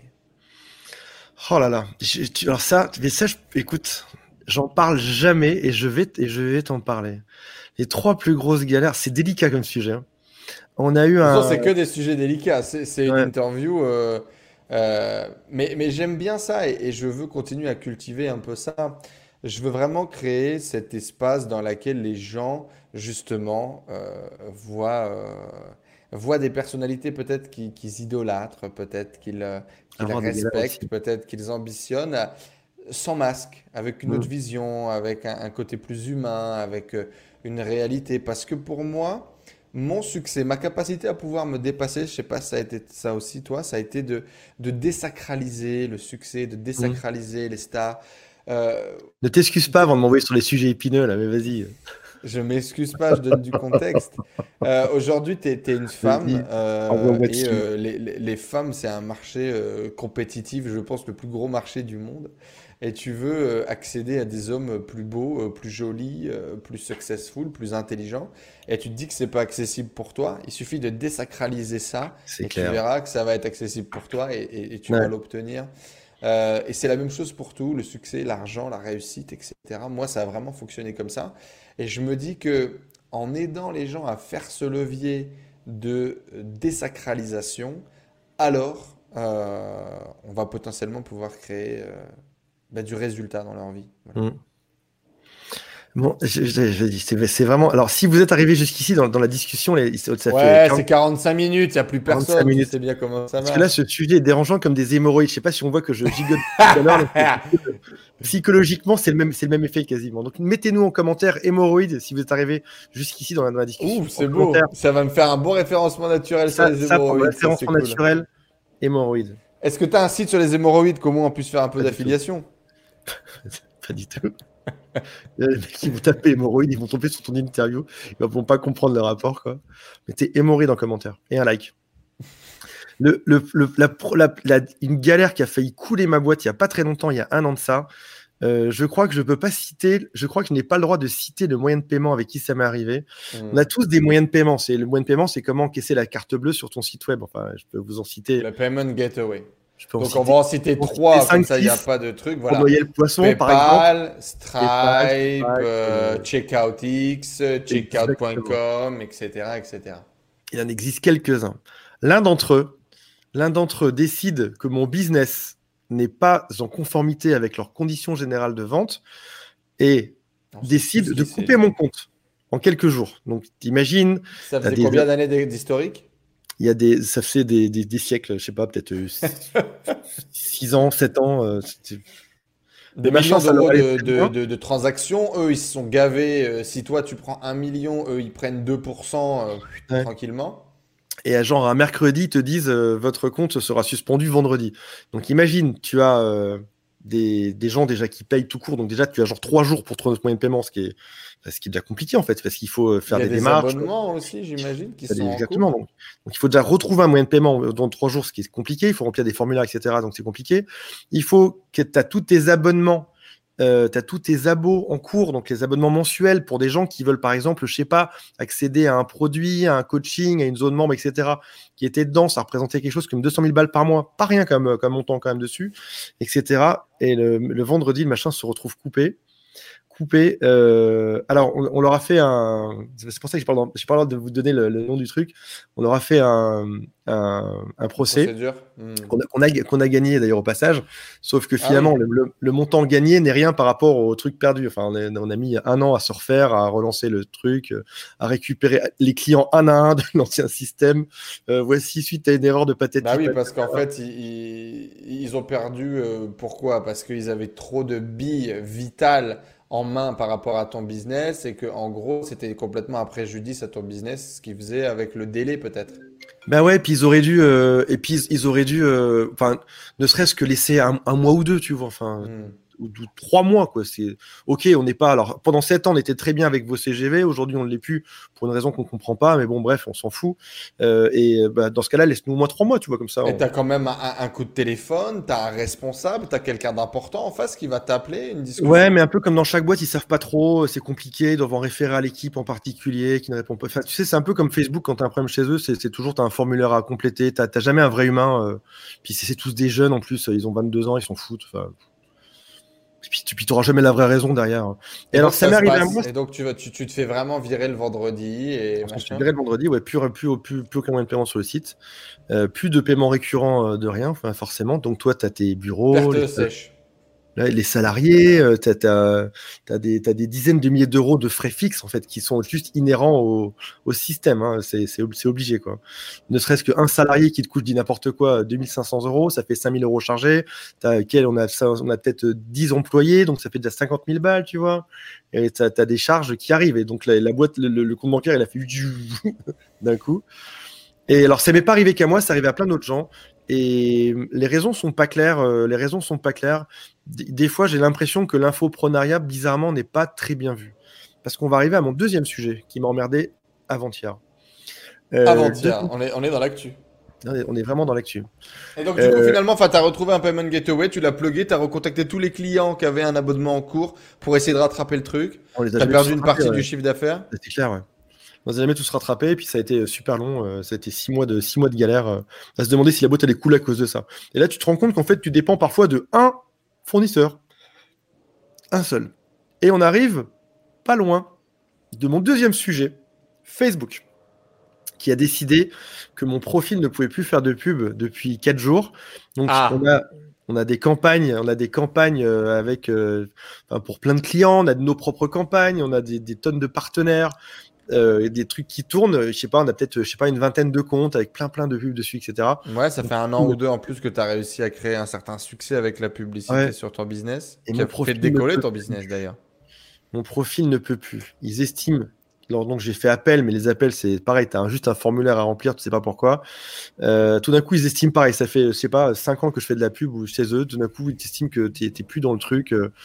Oh là là. Je- tu- alors ça, mais ça, je- écoute, j'en parle jamais et je vais, t- et je vais t'en parler. Les trois plus grosses galères, c'est délicat comme sujet, hein. On a eu De toute façon, un, c'est que des sujets délicats. C'est c'est une ouais, interview. euh, euh, mais mais j'aime bien ça et, et je veux continuer à cultiver un peu ça. Je veux vraiment créer cet espace dans lequel les gens, justement, euh, voient, euh, voient des personnalités peut-être qui- qu'ils idolâtrent, peut-être qu'ils euh, qu'ils avoir des galères aussi. respectent, peut-être qu'ils ambitionnent, euh, sans masque, avec une autre Mm. vision, avec un, un côté plus humain, avec euh, une réalité. Parce que pour moi, mon succès, ma capacité à pouvoir me dépasser, je sais pas si ça a été ça aussi, toi, ça a été de, de désacraliser le succès, de Mm. désacraliser les stars. Euh, Ne t'excuse pas avant de m'envoyer sur les sujets épineux là, mais vas-y, je m'excuse pas, je donne du contexte. Euh, aujourd'hui, tu es, une femme vas-y, euh, envoie-moi et dessus. euh, les, les- les femmes, c'est un marché euh, compétitif, je pense le plus gros marché du monde. Et tu veux euh, accéder à des hommes plus beaux, euh, plus jolis, euh, plus successful, plus intelligents. Et tu te dis que c'est pas accessible pour toi. Il suffit de désacraliser ça C'est et tu clair. verras que ça va être accessible pour toi et, et- et tu vas Ouais. l'obtenir. Euh, et c'est la même chose pour tout, le succès, l'argent, la réussite, et cetera. Moi, ça a vraiment fonctionné comme ça. Et je me dis que en aidant les gens à faire ce levier de euh, désacralisation, alors euh, on va potentiellement pouvoir créer euh, bah, du résultat dans leur vie. Voilà. Mm. Bon, je, je, je dis, c'est c'est vraiment. Alors, si vous êtes arrivé jusqu'ici dans, dans la discussion, les- ça fait Ouais, quarante, c'est quarante-cinq minutes, il n'y a plus quarante-cinq personne, tu minutes. sais bien comment ça Parce que là, marche. ce sujet est dérangeant comme des hémorroïdes. Je sais pas si on voit que je gigote tout à l'heure. Mais c'est- c'est- psychologiquement, c'est le même, c'est le même effet quasiment. Donc, mettez-nous en commentaire hémorroïdes si vous êtes arrivé jusqu'ici dans la, dans la discussion. Ouh, En c'est commentaire, beau. Ça va me faire un bon référencement naturel sur ça, les ça pour le hémorroïdes, ça c'est référencement cool. naturel, hémorroïdes. Est-ce que tu as un site sur les hémorroïdes, comment on puisse faire un peu Pas du tout. d'affiliation? Pas du tout. Il y a les mecs qui vont taper hémorroïdes, ils vont tomber sur ton interview, ils vont pas comprendre le rapport, quoi. Mettez hémorroïdes en commentaire et un like. Le, le, le- la, pro- la- la- une galère qui a failli couler ma boîte il y a pas très longtemps, il y a un an de ça. Euh, je crois que je peux pas citer, je crois que je n'ai pas le droit de citer le moyen de paiement avec qui ça m'est arrivé. On a Hmm. tous des moyens de paiement. C'est le moyen de paiement, c'est comment encaisser la carte bleue sur ton site web. Enfin, je peux vous en citer. Le payment gateway. Je peux en Donc citer, on va en citer je peux en trois, citer comme cinq, ça il n'y a six pas de truc. pour Voilà. noyer le poisson, par exemple. PayPal, Stripe, PayPal, Stripe, euh, euh, CheckoutX, checkout point com, et cetera, et cetera. Il en existe quelques-uns. L'un d'entre eux, l'un d'entre eux décide que mon business n'est pas en conformité avec leurs conditions générales de vente et On sait décide tous de qui c'est. couper mon compte en quelques jours. Donc, t'imagines, Ça t'as faisait des- combien d'années d- d'historique? il y a des, ça fait des, des, des siècles, je sais pas, peut-être six ans, sept ans. euh, c'était- Des Le machin, millions ça leur d'euros allait de, très de, bien. de- de transactions, eux ils se sont gavés. Euh, si toi tu prends un million, eux ils prennent deux pour cent euh, Ouais. tranquillement. Et à genre un mercredi, ils te disent euh, votre compte sera suspendu vendredi. Donc imagine, tu as euh, des, des gens déjà qui payent tout court. Donc déjà, tu as genre trois jours pour trouver notre moyen de paiement, ce qui est, ce qui est déjà compliqué en fait, parce qu'il faut euh, Il faire y a des des démarches. abonnements aussi, j'imagine, qui T'as des- sont en Exactement. cours. Donc, donc il faut déjà retrouver un moyen de paiement dans trois jours, ce qui est compliqué. Il faut remplir des formulaires, et cetera. Donc c'est compliqué. Il faut que tu as tous tes abonnements. Euh, tu as tous tes abos en cours, donc les abonnements mensuels pour des gens qui veulent, par exemple, je sais pas, accéder à un produit, à un coaching, à une zone membre, et cetera, qui était dedans, ça représentait quelque chose comme deux cent mille balles par mois, pas rien comme, comme montant quand même dessus, et cetera. Et le, le vendredi, le machin se retrouve coupé. Coupé. Euh, alors, on, on leur a fait un. C'est pour ça que je parle, je parle de vous donner le, le nom du truc. On leur a fait un, un, un procès Procédure. Hmm. qu'on a, qu'on a, qu'on a gagné d'ailleurs au passage, sauf que Ah finalement oui. le, le, le montant gagné n'est rien par rapport au truc perdu. Enfin, on a, on a mis un an à se refaire, à relancer le truc, euh, à récupérer les clients un à un de l'ancien système. Euh, voici suite à une erreur de patati. Bah oui, patata. parce qu'en fait, ils, ils- ils ont perdu. Euh, pourquoi? Parce qu'ils avaient trop de billes vitales en main par rapport à ton business et que en gros, c'était complètement un préjudice à ton business, ce qu'ils faisaient avec le délai peut-être. Bah ouais, puis ils auraient dû, euh, et puis ils auraient dû, euh, enfin, ne serait-ce que laisser un, un mois ou deux, tu vois, enfin, Hmm. ou, ou trois mois, quoi. C'est ok, on n'est pas. Alors pendant sept ans, on était très bien avec vos C G V. Aujourd'hui, on ne l'est plus pour une raison qu'on comprend pas. Mais bon, bref, on s'en fout. Euh, et bah, dans ce cas-là, laisse-nous au moins trois mois, tu vois, comme ça. Et on- tu as quand même un, un coup de téléphone, tu as un responsable, tu as quelqu'un d'important en face qui va t'appeler, une Ouais, discussion. mais un peu comme dans chaque boîte, ils savent pas trop. C'est compliqué. Ils doivent en référer à l'équipe en particulier qui ne répond pas. Enfin, tu sais, c'est un peu comme Facebook quand t'as un problème chez eux. C'est c'est toujours t'as un formulaire à compléter. T'as t'as jamais un vrai humain. euh, Puis c'est c'est tous des jeunes en plus. Ils ont vingt-deux ans, ils s'en foutent. Enfin, et puis tu n'auras jamais la vraie raison derrière. Et, Et alors, donc ça ça m'est se arrivé à passe. moi. Et donc tu, vas, tu, tu te fais vraiment virer le vendredi et Je me suis machin. viré le vendredi, ouais, plus, plus, plus, plus aucun moyen de paiement sur le site. Euh, plus de paiement récurrent euh, de rien, enfin, forcément. Donc, toi, tu as tes bureaux, les, Perte sèche. là, les salariés, euh, tu as, des, t'as des dizaines de milliers d'euros de frais fixes, en fait, qui sont juste inhérents au, au système. Hein. C'est c'est ob- c'est obligé, quoi. Ne serait-ce qu'un salarié qui te coûte, dit n'importe quoi, deux mille cinq cents euros, ça fait cinq mille euros chargés. T'as, quel, on a, ça- on a peut-être dix employés, donc ça fait déjà cinquante mille balles, tu vois. Et tu as des charges qui arrivent. Et donc, la, la boîte, le, le- le compte bancaire, il a fait d'un coup. Et alors, ça m'est pas arrivé qu'à moi, ça arrivé à plein d'autres gens. Et les raisons sont pas claires. euh, les raisons sont pas claires. Des, des fois, j'ai l'impression que l'infoprenariat, bizarrement, n'est pas très bien vu. Parce qu'on va arriver à mon deuxième sujet qui m'a emmerdé avant-hier. Euh, Avant-hier, deux- on est, on est dans l'actu. On est- on est vraiment dans l'actu. Et donc du coup Euh, finalement, tu as retrouvé un payment gateway, tu l'as plugué, tu as recontacté tous les clients qui avaient un abonnement en cours pour essayer de rattraper le truc. on les a Tu as jamais perdu tous une rattrapés, partie ouais. du chiffre d'affaires. C'est clair, ouais. On les a jamais tous rattrapés, et puis ça a été super long. euh, ça a été six mois de, six mois de galère euh, à se demander si la boîte allait couler à cause de ça. Et là, tu te rends compte qu'en fait, tu dépends parfois de un fournisseur. Un seul. Et on arrive pas loin de mon deuxième sujet, Facebook, qui a décidé que mon profil ne pouvait plus faire de pub depuis quatre jours. Donc, Ah, on a, on a des campagnes, on a des campagnes euh, avec, euh, enfin, pour plein de clients, on a de nos propres campagnes, on a des, des tonnes de partenaires, euh, et des trucs qui tournent. Je sais pas, on a peut-être, je sais pas, une vingtaine de comptes avec plein, plein de pubs dessus, et cetera. ouais, ça Donc, fait du un an coup, ou deux en plus que tu as réussi à créer un certain succès avec la publicité ouais, sur ton business, et qui mon a fait profil ne décoller peut ton plus. business d'ailleurs. Mon profil ne peut plus. Ils estiment. Alors, donc j'ai fait appel, mais les appels, c'est pareil, tu as juste un formulaire à remplir, tu sais pas pourquoi. Euh, tout d'un coup, ils estiment pareil. Ça fait, je sais pas, cinq ans que je fais de la pub ou chez eux. Tout d'un coup, ils estiment que tu n'es plus dans le truc, euh,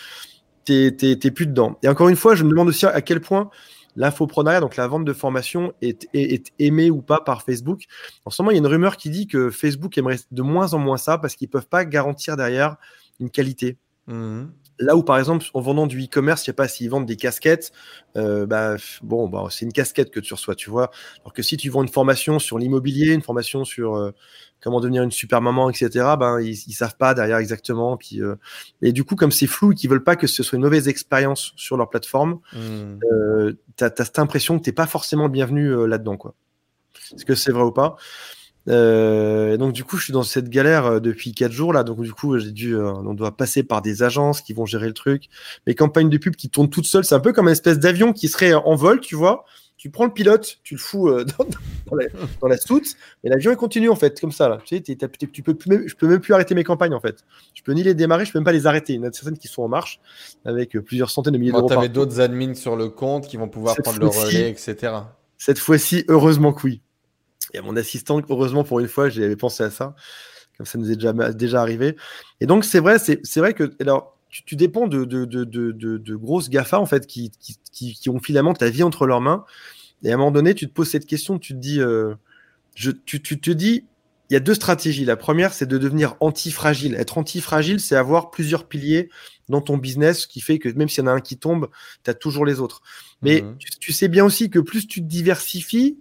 tu n'es plus dedans. Et encore une fois, je me demande aussi à quel point l'infoprenariat, donc la vente de formation, est, est, est aimée ou pas par Facebook. En ce moment, il y a une rumeur qui dit que Facebook aimerait de moins en moins ça parce qu'ils peuvent pas garantir derrière une qualité. Mhm. Là où, par exemple, en vendant du e-commerce, je sais pas s'ils vendent des casquettes, euh, bah, bon, bah, c'est une casquette que tu reçois, tu vois. Alors que si tu vends une formation sur l'immobilier, une formation sur euh, comment devenir une super maman, et cetera, ben, ils, ils savent pas derrière exactement. Puis, euh, et du coup, comme c'est flou et qu'ils veulent pas que ce soit une mauvaise expérience sur leur plateforme, Mhm. euh, tu as cette impression que t'es pas forcément bienvenu euh, là-dedans, quoi. Est-ce que c'est vrai ou pas? Euh, et donc du coup, je suis dans cette galère euh, depuis quatre jours là. Donc du coup, j'ai dû, euh, on doit passer par des agences qui vont gérer le truc. Mes campagnes de pub qui tournent toutes seules, c'est un peu comme une espèce d'avion qui serait en vol, tu vois. Tu prends le pilote, tu le fous euh, dans, dans la, dans la soute, et l'avion il continue en fait, comme ça là. Tu sais, t'es- t'as- tu peux plus, même- je peux même plus arrêter mes campagnes en fait. Je peux ni les démarrer, je peux même pas les arrêter. Il y en a certaines qui sont en marche avec euh, plusieurs centaines de milliers Bon, d'euros tu par avais jour. d'autres admins sur le compte qui vont pouvoir Cette prendre le relais, fois-ci, et cetera. cette fois-ci, heureusement que oui. Et à mon assistant, heureusement pour une fois, j'avais pensé à ça. Comme ça nous est déjà, déjà arrivé. Et donc, c'est vrai, c'est, c'est vrai que alors, tu, tu dépends de, de, de, de, de, de grosses GAFA en fait, qui, qui, qui, qui ont finalement ta vie entre leurs mains. Et à un moment donné, tu te poses cette question, tu te dis, euh, je, tu, tu te dis, il y a deux stratégies. La première, c'est de devenir anti-fragile. Être anti-fragile, c'est avoir plusieurs piliers dans ton business, ce qui fait que même s'il y en a un qui tombe, tu as toujours les autres. Mais Mhm. tu, tu sais bien aussi que plus tu te diversifies,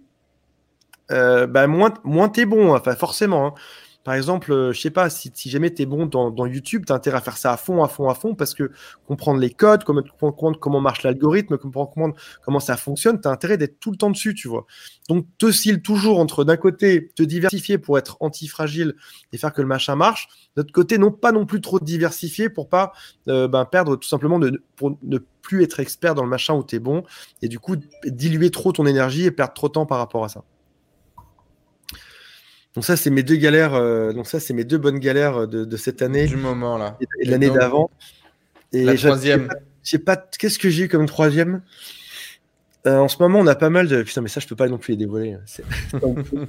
euh, bah, moins, moins t'es bon, enfin forcément. Hein. Par exemple, euh, je sais pas, si, si jamais t'es bon dans, dans YouTube, t'as intérêt à faire ça à fond, à fond, à fond, parce que comprendre les codes, comment, comprendre comment marche l'algorithme, comprendre comment ça fonctionne, t'as intérêt d'être tout le temps dessus, tu vois. Donc, t'oscilles toujours entre, d'un côté, te diversifier pour être anti-fragile et faire que le machin marche, de l'autre côté, non pas non plus trop te diversifier pour pas euh, ben, perdre tout simplement, de, pour ne plus être expert dans le machin où t'es bon, et du coup, diluer trop ton énergie et perdre trop de temps par rapport à ça. Donc ça, c'est mes deux galères. euh, donc ça, c'est mes deux bonnes galères de, de cette année Du moment là. et de Et l'année donc, d'avant. la Et je sais pas, troisième. je sais pas, qu'est-ce que j'ai eu comme troisième. Euh, en ce moment, on a pas mal de. Putain, mais ça, je peux pas non plus les dévoiler. C'est c'est en cours,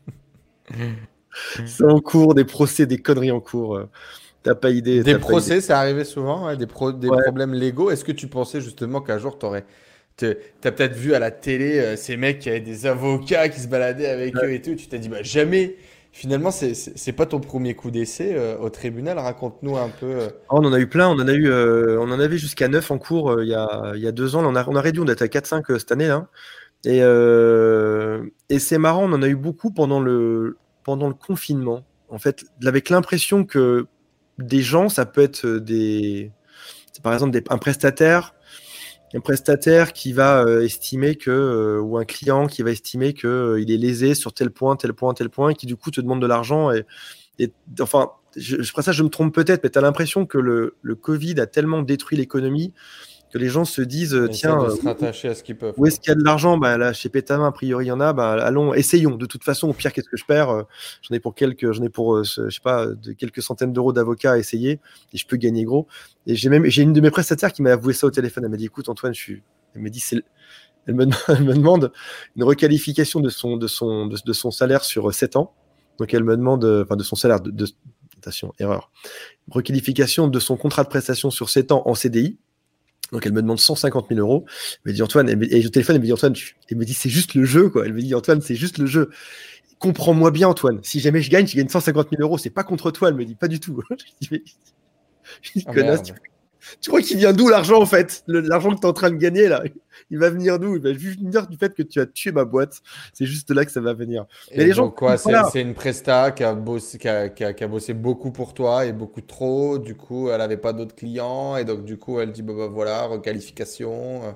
c'est en cours, des procès, des conneries en cours. euh, T'as pas idée, Des t'as pas idée. procès, ça arrivait souvent, ouais, des, pro- des Ouais. problèmes légaux. Est-ce que tu pensais justement qu'un jour, tu aurais... T'as peut-être vu à la télé euh, ces mecs qui avaient des avocats qui se baladaient avec Ouais. eux et tout. Et tu t'es dit, bah jamais. Finalement, c'est c'est- c'est pas ton premier coup d'essai euh, au tribunal. Raconte-nous un peu. euh. Ah, on en a eu plein. On en a eu, euh, on en avait jusqu'à neuf en cours euh, il y a, il y a deux ans. Là, on a, on a réduit. On était à quatre cinq euh, cette année là. Et, euh, et c'est marrant. On en a eu beaucoup pendant le, pendant le confinement. En fait, avec l'impression que des gens, ça peut être des, c'est par exemple des- un prestataire, un prestataire qui va euh, estimer que, euh, ou un client qui va estimer que euh, il est lésé sur tel point, tel point, tel point, et qui du coup te demande de l'argent. Et, et enfin, je, je, après ça, je me trompe peut-être, mais tu as l'impression que le, le Covid a tellement détruit l'économie que les gens se disent, euh, Ils essaient tiens, de euh, se rattacher à ce qu'ils peuvent, où est-ce quoi. qu'il y a de l'argent? Bah, là, chez Pétavin, a priori, il y en a. Bah, allons, essayons. De toute façon, au pire, qu'est-ce que je perds? Euh, J'en ai pour quelques, j'en ai pour, euh, ce- je sais pas, de quelques centaines d'euros d'avocats à essayer, et je peux gagner gros. Et j'ai même, j'ai une de mes prestataires qui m'a avoué ça au téléphone. Elle m'a dit, écoute, Antoine, je suis, elle me dit, c'est, le- elle me, elle me demande une requalification de son, de son, de, de son salaire sur sept ans. Donc, elle me demande, euh, enfin, de son salaire de, de, attention, erreur. Requalification de son contrat de prestation sur sept ans en C D I. Donc elle me demande cent cinquante mille euros. Elle me dit Antoine, elle me- et au téléphone, elle me dit Antoine, tu- elle me dit c'est juste le jeu, quoi. Elle me dit Antoine, c'est juste le jeu. Comprends-moi bien, Antoine. Si jamais je gagne, je gagne cent cinquante mille euros. C'est pas contre toi. Elle me dit pas du tout. Je dis, mais- je dis, Ah connasse, tu, merde. tu crois qu'il vient d'où l'argent en fait? Le- L'argent que tu es en train de gagner là, il va venir d'où? Il va juste venir du fait que tu as tué ma boîte. C'est juste là que ça va venir. Mais Et les gens, donc, quoi, c'est voilà. c'est une presta qui a bossé, qui a, qui a- qui a bossé beaucoup pour toi et beaucoup trop. Du coup, elle avait pas d'autres clients. Et donc, du coup, elle dit, bah, bah, voilà, requalification. euh.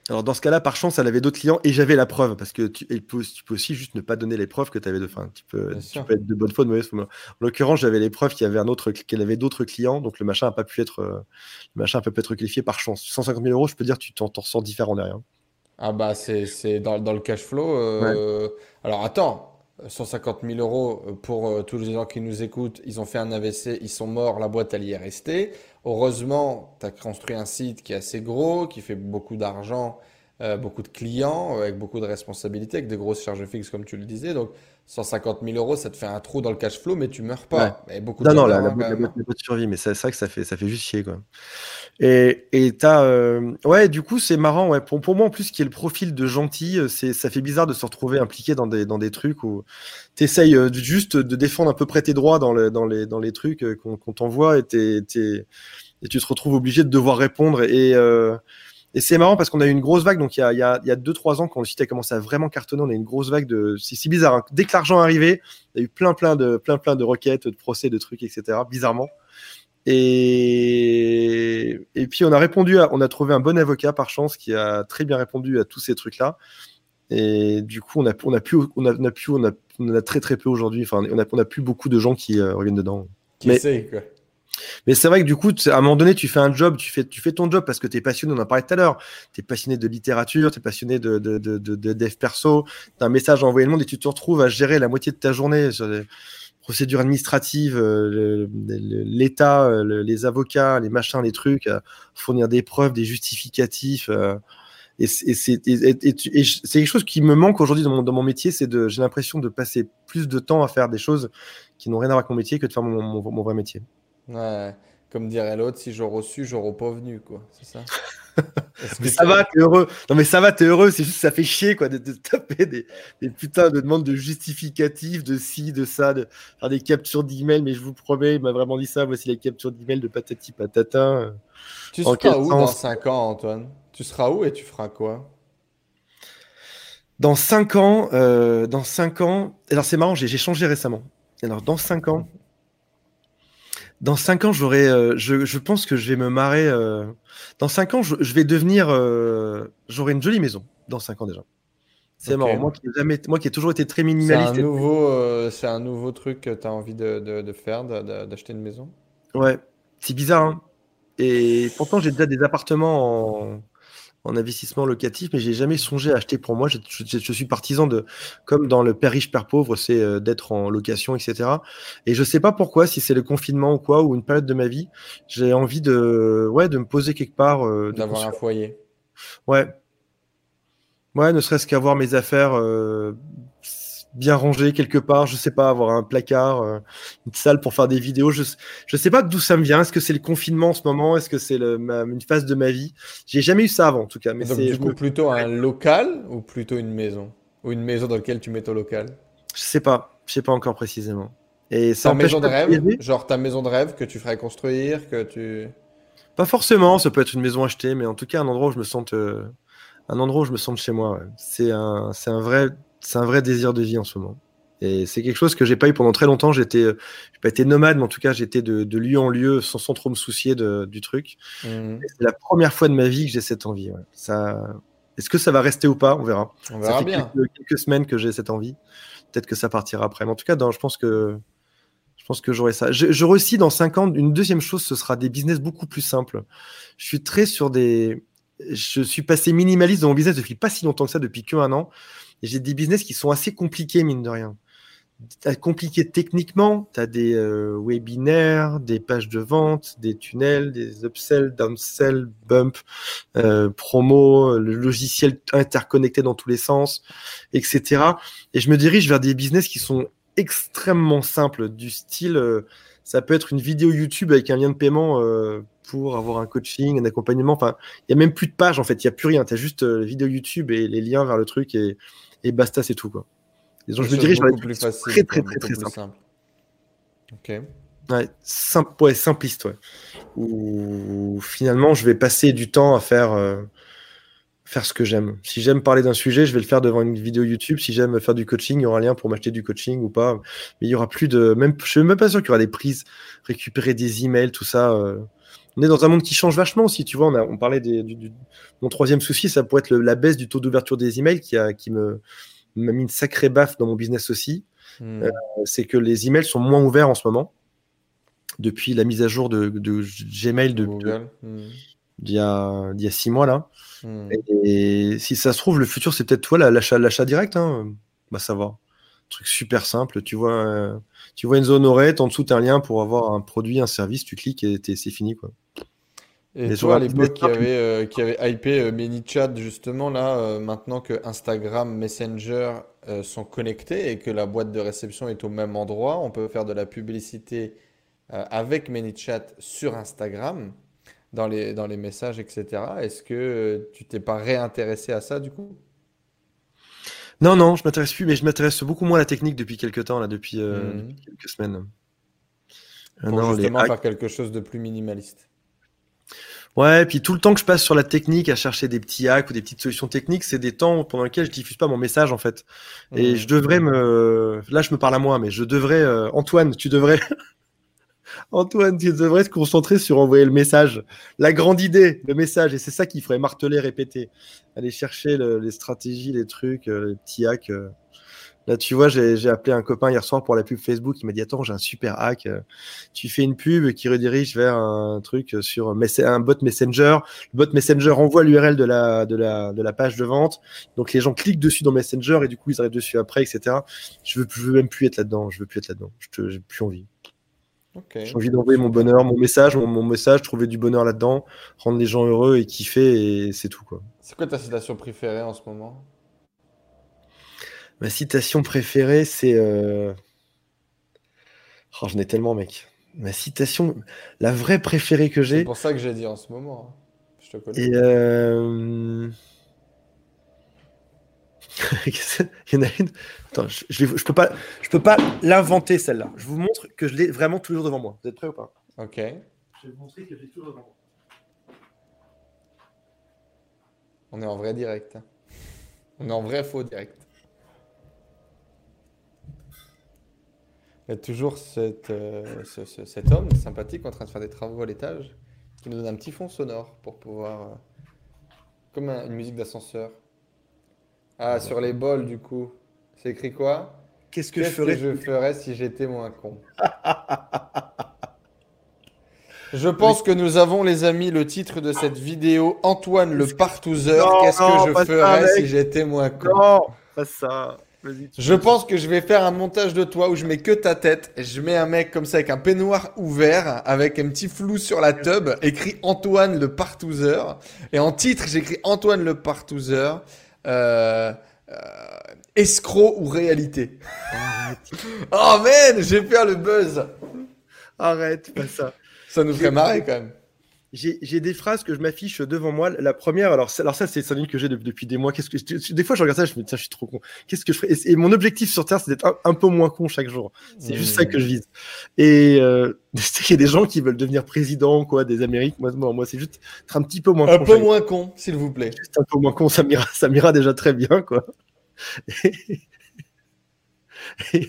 Alors dans ce cas-là, par chance, elle avait d'autres clients et j'avais la preuve parce que tu, peux, tu peux aussi juste ne pas donner les preuves que tu avais de. Enfin, tu peux, tu peux être de bonne foi, de mauvaise foi. En l'occurrence, j'avais les preuves qu'il y avait un autre, qu'elle avait d'autres clients, donc le machin n'a pas pu être, le machin a pas pu être qualifié par chance. cent cinquante mille euros, je peux dire, tu t'en, t'en ressors différent derrière. Ah bah c'est c'est dans, dans le cash flow. Ouais. euh, Alors attends, cent cinquante mille euros euh, pour euh, tous les gens qui nous écoutent, ils ont fait un A V C, ils sont morts, la boîte elle y est restée. Heureusement, tu as construit un site qui est assez gros, qui fait beaucoup d'argent, euh, beaucoup de clients, euh, avec beaucoup de responsabilités, avec de grosses charges fixes comme tu le disais. Donc cent cinquante mille euros, ça te fait un trou dans le cash flow, mais tu meurs Ouais. pas. Et beaucoup de Non, gens non, la, meurent la, hein, quand boîte, la, même. boîte, hein. la boîte survit, mais c'est ça que ça fait, ça fait juste chier, quoi. Et et t'as, euh, ouais, du coup, c'est marrant, ouais. Pour, pour moi, en plus, qui est le profil de gentil, euh, c'est, ça fait bizarre de se retrouver impliqué dans des, dans des trucs où t'essayes euh, de- juste de défendre à peu près tes droits dans, le, dans, les, dans les trucs euh, qu'on, qu'on t'envoie et, t'es, t'es- et tu te retrouves obligé de devoir répondre. Et, euh, et c'est marrant parce qu'on a eu une grosse vague, donc il y a, il y a, il y a deux trois ans, quand le site a commencé à vraiment cartonner, on a eu une grosse vague de. C'est si bizarre, hein. Dès que l'argent est arrivé, il y a eu plein, plein de, plein, plein de requêtes, de procès, de trucs, et cetera. Bizarrement. Et, et puis on a répondu, à, on a trouvé un bon avocat par chance qui a très bien répondu à tous ces trucs-là. Et du coup, on a, on a pu, on a, on a pu, on a, on a très très peu aujourd'hui. Enfin, on a, on a plus beaucoup de gens qui euh, reviennent dedans. Qui Mais, sait quoi. mais c'est vrai que du coup, à un moment donné, tu fais un job, tu fais, tu fais ton job parce que tu es passionné. On en parlait tout à l'heure. Tu es passionné de littérature, tu es passionné de, de, de, de, de dev perso. Tu as un message à envoyer le monde et tu te retrouves à gérer la moitié de ta journée sur les procédures administratives, euh, le- le- l'État, euh, le- les avocats, les machins, les trucs, euh, fournir des preuves, des justificatifs. euh, et c'est et c'est- et- et- et tu- et je- c'est quelque chose qui me manque aujourd'hui dans mon, dans mon métier. C'est de, j'ai l'impression de passer plus de temps à faire des choses qui n'ont rien à voir avec mon métier que de faire mon, mon, mon vrai métier. Ouais. Comme dirait l'autre, si j'aurais reçu, j'aurais pas venu quoi. C'est ça? Est-ce Mais que ça va, t'es- t'es heureux. Non, mais ça va, t'es heureux. C'est juste, ça fait chier, quoi, de, de taper des, des putains de demandes de justificatifs, de ci, de ça, de faire des captures d'email. Mais je vous promets, il m'a vraiment dit ça. Voici les captures d'email de patati patata. euh, Tu En quel seras où dans sens? cinq ans, Antoine? Tu seras où et tu feras quoi? Dans cinq ans, euh, dans cinq ans. Alors, c'est marrant, j'ai j'ai changé récemment. Alors, dans cinq ans, dans cinq ans, j'aurai, euh, je, je pense que je vais me marrer. euh, Dans cinq ans, je, je vais devenir, euh, j'aurai une jolie maison. Dans cinq ans déjà. C'est Ok. marrant. Moi qui ai jamais, moi qui ai toujours été très C'est un minimaliste. et nouveau, euh, c'est un nouveau truc que tu as envie de, de- de faire, de- de- d'acheter une maison? Ouais, c'est bizarre, hein. Et pourtant, j'ai déjà des appartements en, en investissement locatif, mais j'ai jamais songé à acheter pour moi. Je, je- je suis partisan de, comme dans le Père riche, Père pauvre, c'est euh, d'être en location, et cetera. Et je sais pas pourquoi, si c'est le confinement ou quoi, ou une période de ma vie, j'ai envie de, ouais, de me poser quelque part, euh, de D'avoir un construire. foyer. Ouais, ouais, ne serait-ce qu'avoir mes affaires euh, bien rangées quelque part, je sais pas, avoir un placard, euh, une salle pour faire des vidéos. Je, je sais pas d'où ça me vient. Est-ce que c'est le confinement en ce moment? Est-ce que c'est le- ma- une phase de ma vie? J'ai jamais eu ça avant, en tout cas. Mais Donc c'est, du je me, coup, plutôt un local ou plutôt une maison? Ou une maison dans laquelle tu mets ton local? je sais pas, je sais pas encore précisément. Et ça Ta empêche maison de pas de rêve? rêver. Genre ta maison de rêve que tu ferais construire, que tu... Pas forcément, ça peut être une maison achetée, mais en tout cas un endroit où je me sente, euh, un endroit où je me sente chez moi. Ouais. C'est un, c'est un vrai, c'est un vrai désir de vie en ce moment. Et c'est quelque chose que j'ai pas eu pendant très longtemps. J'étais, euh, j'ai pas été nomade, mais en tout cas j'étais de, de lieu en lieu sans, sans trop me soucier de- du truc. Mhm. Et c'est la première fois de ma vie que j'ai cette envie. Ouais. Ça, est-ce que ça va rester ou pas? On verra. On Ça verra fait bien. quelques, quelques semaines que j'ai cette envie. Peut-être que ça partira après. Mais en tout cas, dans- je pense que je pense que j'aurai ça. Je, je aussi dans cinq ans, une deuxième chose, ce sera des business beaucoup plus simples. Je suis très sur des. Je suis passé minimaliste dans mon business depuis pas si longtemps que ça, depuis qu'un an. Et j'ai des business qui sont assez compliqués, mine de rien. T'as compliqué techniquement, tu as des euh, webinaires, des pages de vente, des tunnels, des upsell, downsell, bump, euh, promo, le logiciel interconnecté dans tous les sens, et cetera. Et je me dirige vers des business qui sont extrêmement simples, du style, euh, ça peut être une vidéo YouTube avec un lien de paiement euh, pour avoir un coaching, un accompagnement. Enfin, il n'y a même plus de page en fait, il n'y a plus rien. Tu as juste euh, la vidéo YouTube et les liens vers le truc et, et basta, c'est tout quoi. Et donc, Des je me choses dirige vers des beaucoup trucs plus qui sont très, faciles, très, quoi, très, beaucoup très plus simples. simples. Ok. Ouais, simple, ouais, simpliste, ouais. Où finalement, je vais passer du temps à faire, euh, faire ce que j'aime. Si j'aime parler d'un sujet, je vais le faire devant une vidéo YouTube. Si j'aime faire du coaching, il y aura un lien pour m'acheter du coaching ou pas. Mais il y aura plus de. Même, je suis même pas sûr qu'il y aura des prises, récupérer des emails, tout ça. euh, on est dans un monde qui change vachement aussi. Tu vois, on, a, on parlait des, du, du, mon troisième souci, ça pourrait être le, la baisse du taux d'ouverture des emails qui, a, qui me, m'a mis une sacrée baffe dans mon business aussi. Mmh. Euh, c'est que les emails sont moins ouverts en ce moment depuis la mise à jour de, de Gmail de, de, mmh. d'il, y a, d'il y a six mois là. Mmh. Et, et si ça se trouve, le futur, c'est peut-être toi l'achat, l'achat direct. Hein. Bah, ça va. Truc super simple. Tu vois, euh, tu vois une zone horaire, en dessous, tu as un lien pour avoir un produit, un service, tu cliques et c'est fini, quoi. Et les toi, à l'époque, qui avait, euh, qui avait hypé euh, ManyChat, justement, là, euh, maintenant que Instagram, Messenger euh, sont connectés et que la boîte de réception est au même endroit, on peut faire de la publicité euh, avec ManyChat sur Instagram, dans les, dans les messages, et cetera. Est-ce que euh, tu t'es pas réintéressé à ça, du coup? Non, non, je m'intéresse plus, mais je m'intéresse beaucoup moins à la technique depuis quelques temps, là, depuis, euh, mmh. depuis quelques semaines. Pour non, justement les... faire quelque chose de plus minimaliste. Ouais, puis tout le temps que je passe sur la technique à chercher des petits hacks ou des petites solutions techniques, c'est des temps pendant lesquels je diffuse pas mon message en fait. Et mmh. je devrais me, là je me parle à moi, mais je devrais, euh... Antoine, tu devrais, Antoine, tu devrais te concentrer sur envoyer le message, la grande idée, le message, et c'est ça qu'il faudrait marteler, répéter, aller chercher le, les stratégies, les trucs, euh, les petits hacks. Euh... Là, tu vois, j'ai, j'ai appelé un copain hier soir pour la pub Facebook. Il m'a dit, attends, j'ai un super hack. Tu fais une pub qui redirige vers un truc sur un bot Messenger. Le bot Messenger envoie l'U R L de la, de la, de la page de vente. Donc, les gens cliquent dessus dans Messenger et du coup, ils arrivent dessus après, et cetera. Je veux, je veux même plus être là-dedans. Je veux plus être là-dedans. Je te, j'ai plus envie. Okay. J'ai envie d'envoyer mon bonheur, mon message, mon, mon message, trouver du bonheur là-dedans, rendre les gens heureux et kiffer et c'est tout, quoi. C'est quoi ta citation préférée en ce moment? Ma citation préférée, c'est... Euh... Oh, j'en ai tellement, mec. Ma citation... La vraie préférée que j'ai... C'est pour ça que j'ai dit en ce moment. Hein. Je te connais. Et... Euh... Il y en a une... Attends, je, je, je, peux pas, je peux pas l'inventer, celle-là. Je vous montre que je l'ai vraiment toujours devant moi. Vous êtes prêts ou pas? Ok. Je vais vous montrer que je l'ai toujours devant moi. On est en vrai direct. On est en vrai faux direct. Il y a toujours cette, euh, ce, ce, cet homme sympathique en train de faire des travaux à l'étage qui nous donne un petit fond sonore pour pouvoir... Euh, comme un, une musique d'ascenseur. Ah, sur les bols, du coup. C'est écrit quoi? Qu'est-ce que, Qu'est-ce je, ferais... que je ferais si j'étais moins con? Je pense que nous avons, les amis, le titre de cette vidéo. Antoine le partouzeur. Non, Qu'est-ce non, que je ferais ça, si j'étais moins con? Non, pas ça. Je pense que je vais faire un montage de toi où je mets que ta tête. Et je mets un mec comme ça avec un peignoir ouvert, avec un petit flou sur la tub, écrit Antoine le partouzeur. Et en titre, j'écris Antoine le partouzeur. Euh, euh, escroc ou réalité? Arrête. Oh man, j'ai fait le buzz. Arrête, pas ça. Ça nous ferait marrer quand même. J'ai, j'ai des phrases que je m'affiche devant moi. La première, alors, alors ça, c'est ça que j'ai depuis, depuis des mois. Qu'est-ce que, des fois, je regarde ça, je me dis, tiens, je suis trop con. Qu'est-ce que je ferais? Et, et mon objectif sur Terre, c'est d'être un, un peu moins con chaque jour. C'est mmh. juste ça que je vise. Et euh, il y a des gens qui veulent devenir président, quoi, des Amériques. Moi, moi, moi c'est juste être un petit peu moins un con. Un peu moins jour. Con, s'il vous plaît. Juste un peu moins con, ça m'ira, ça m'ira déjà très bien, quoi. Et, et,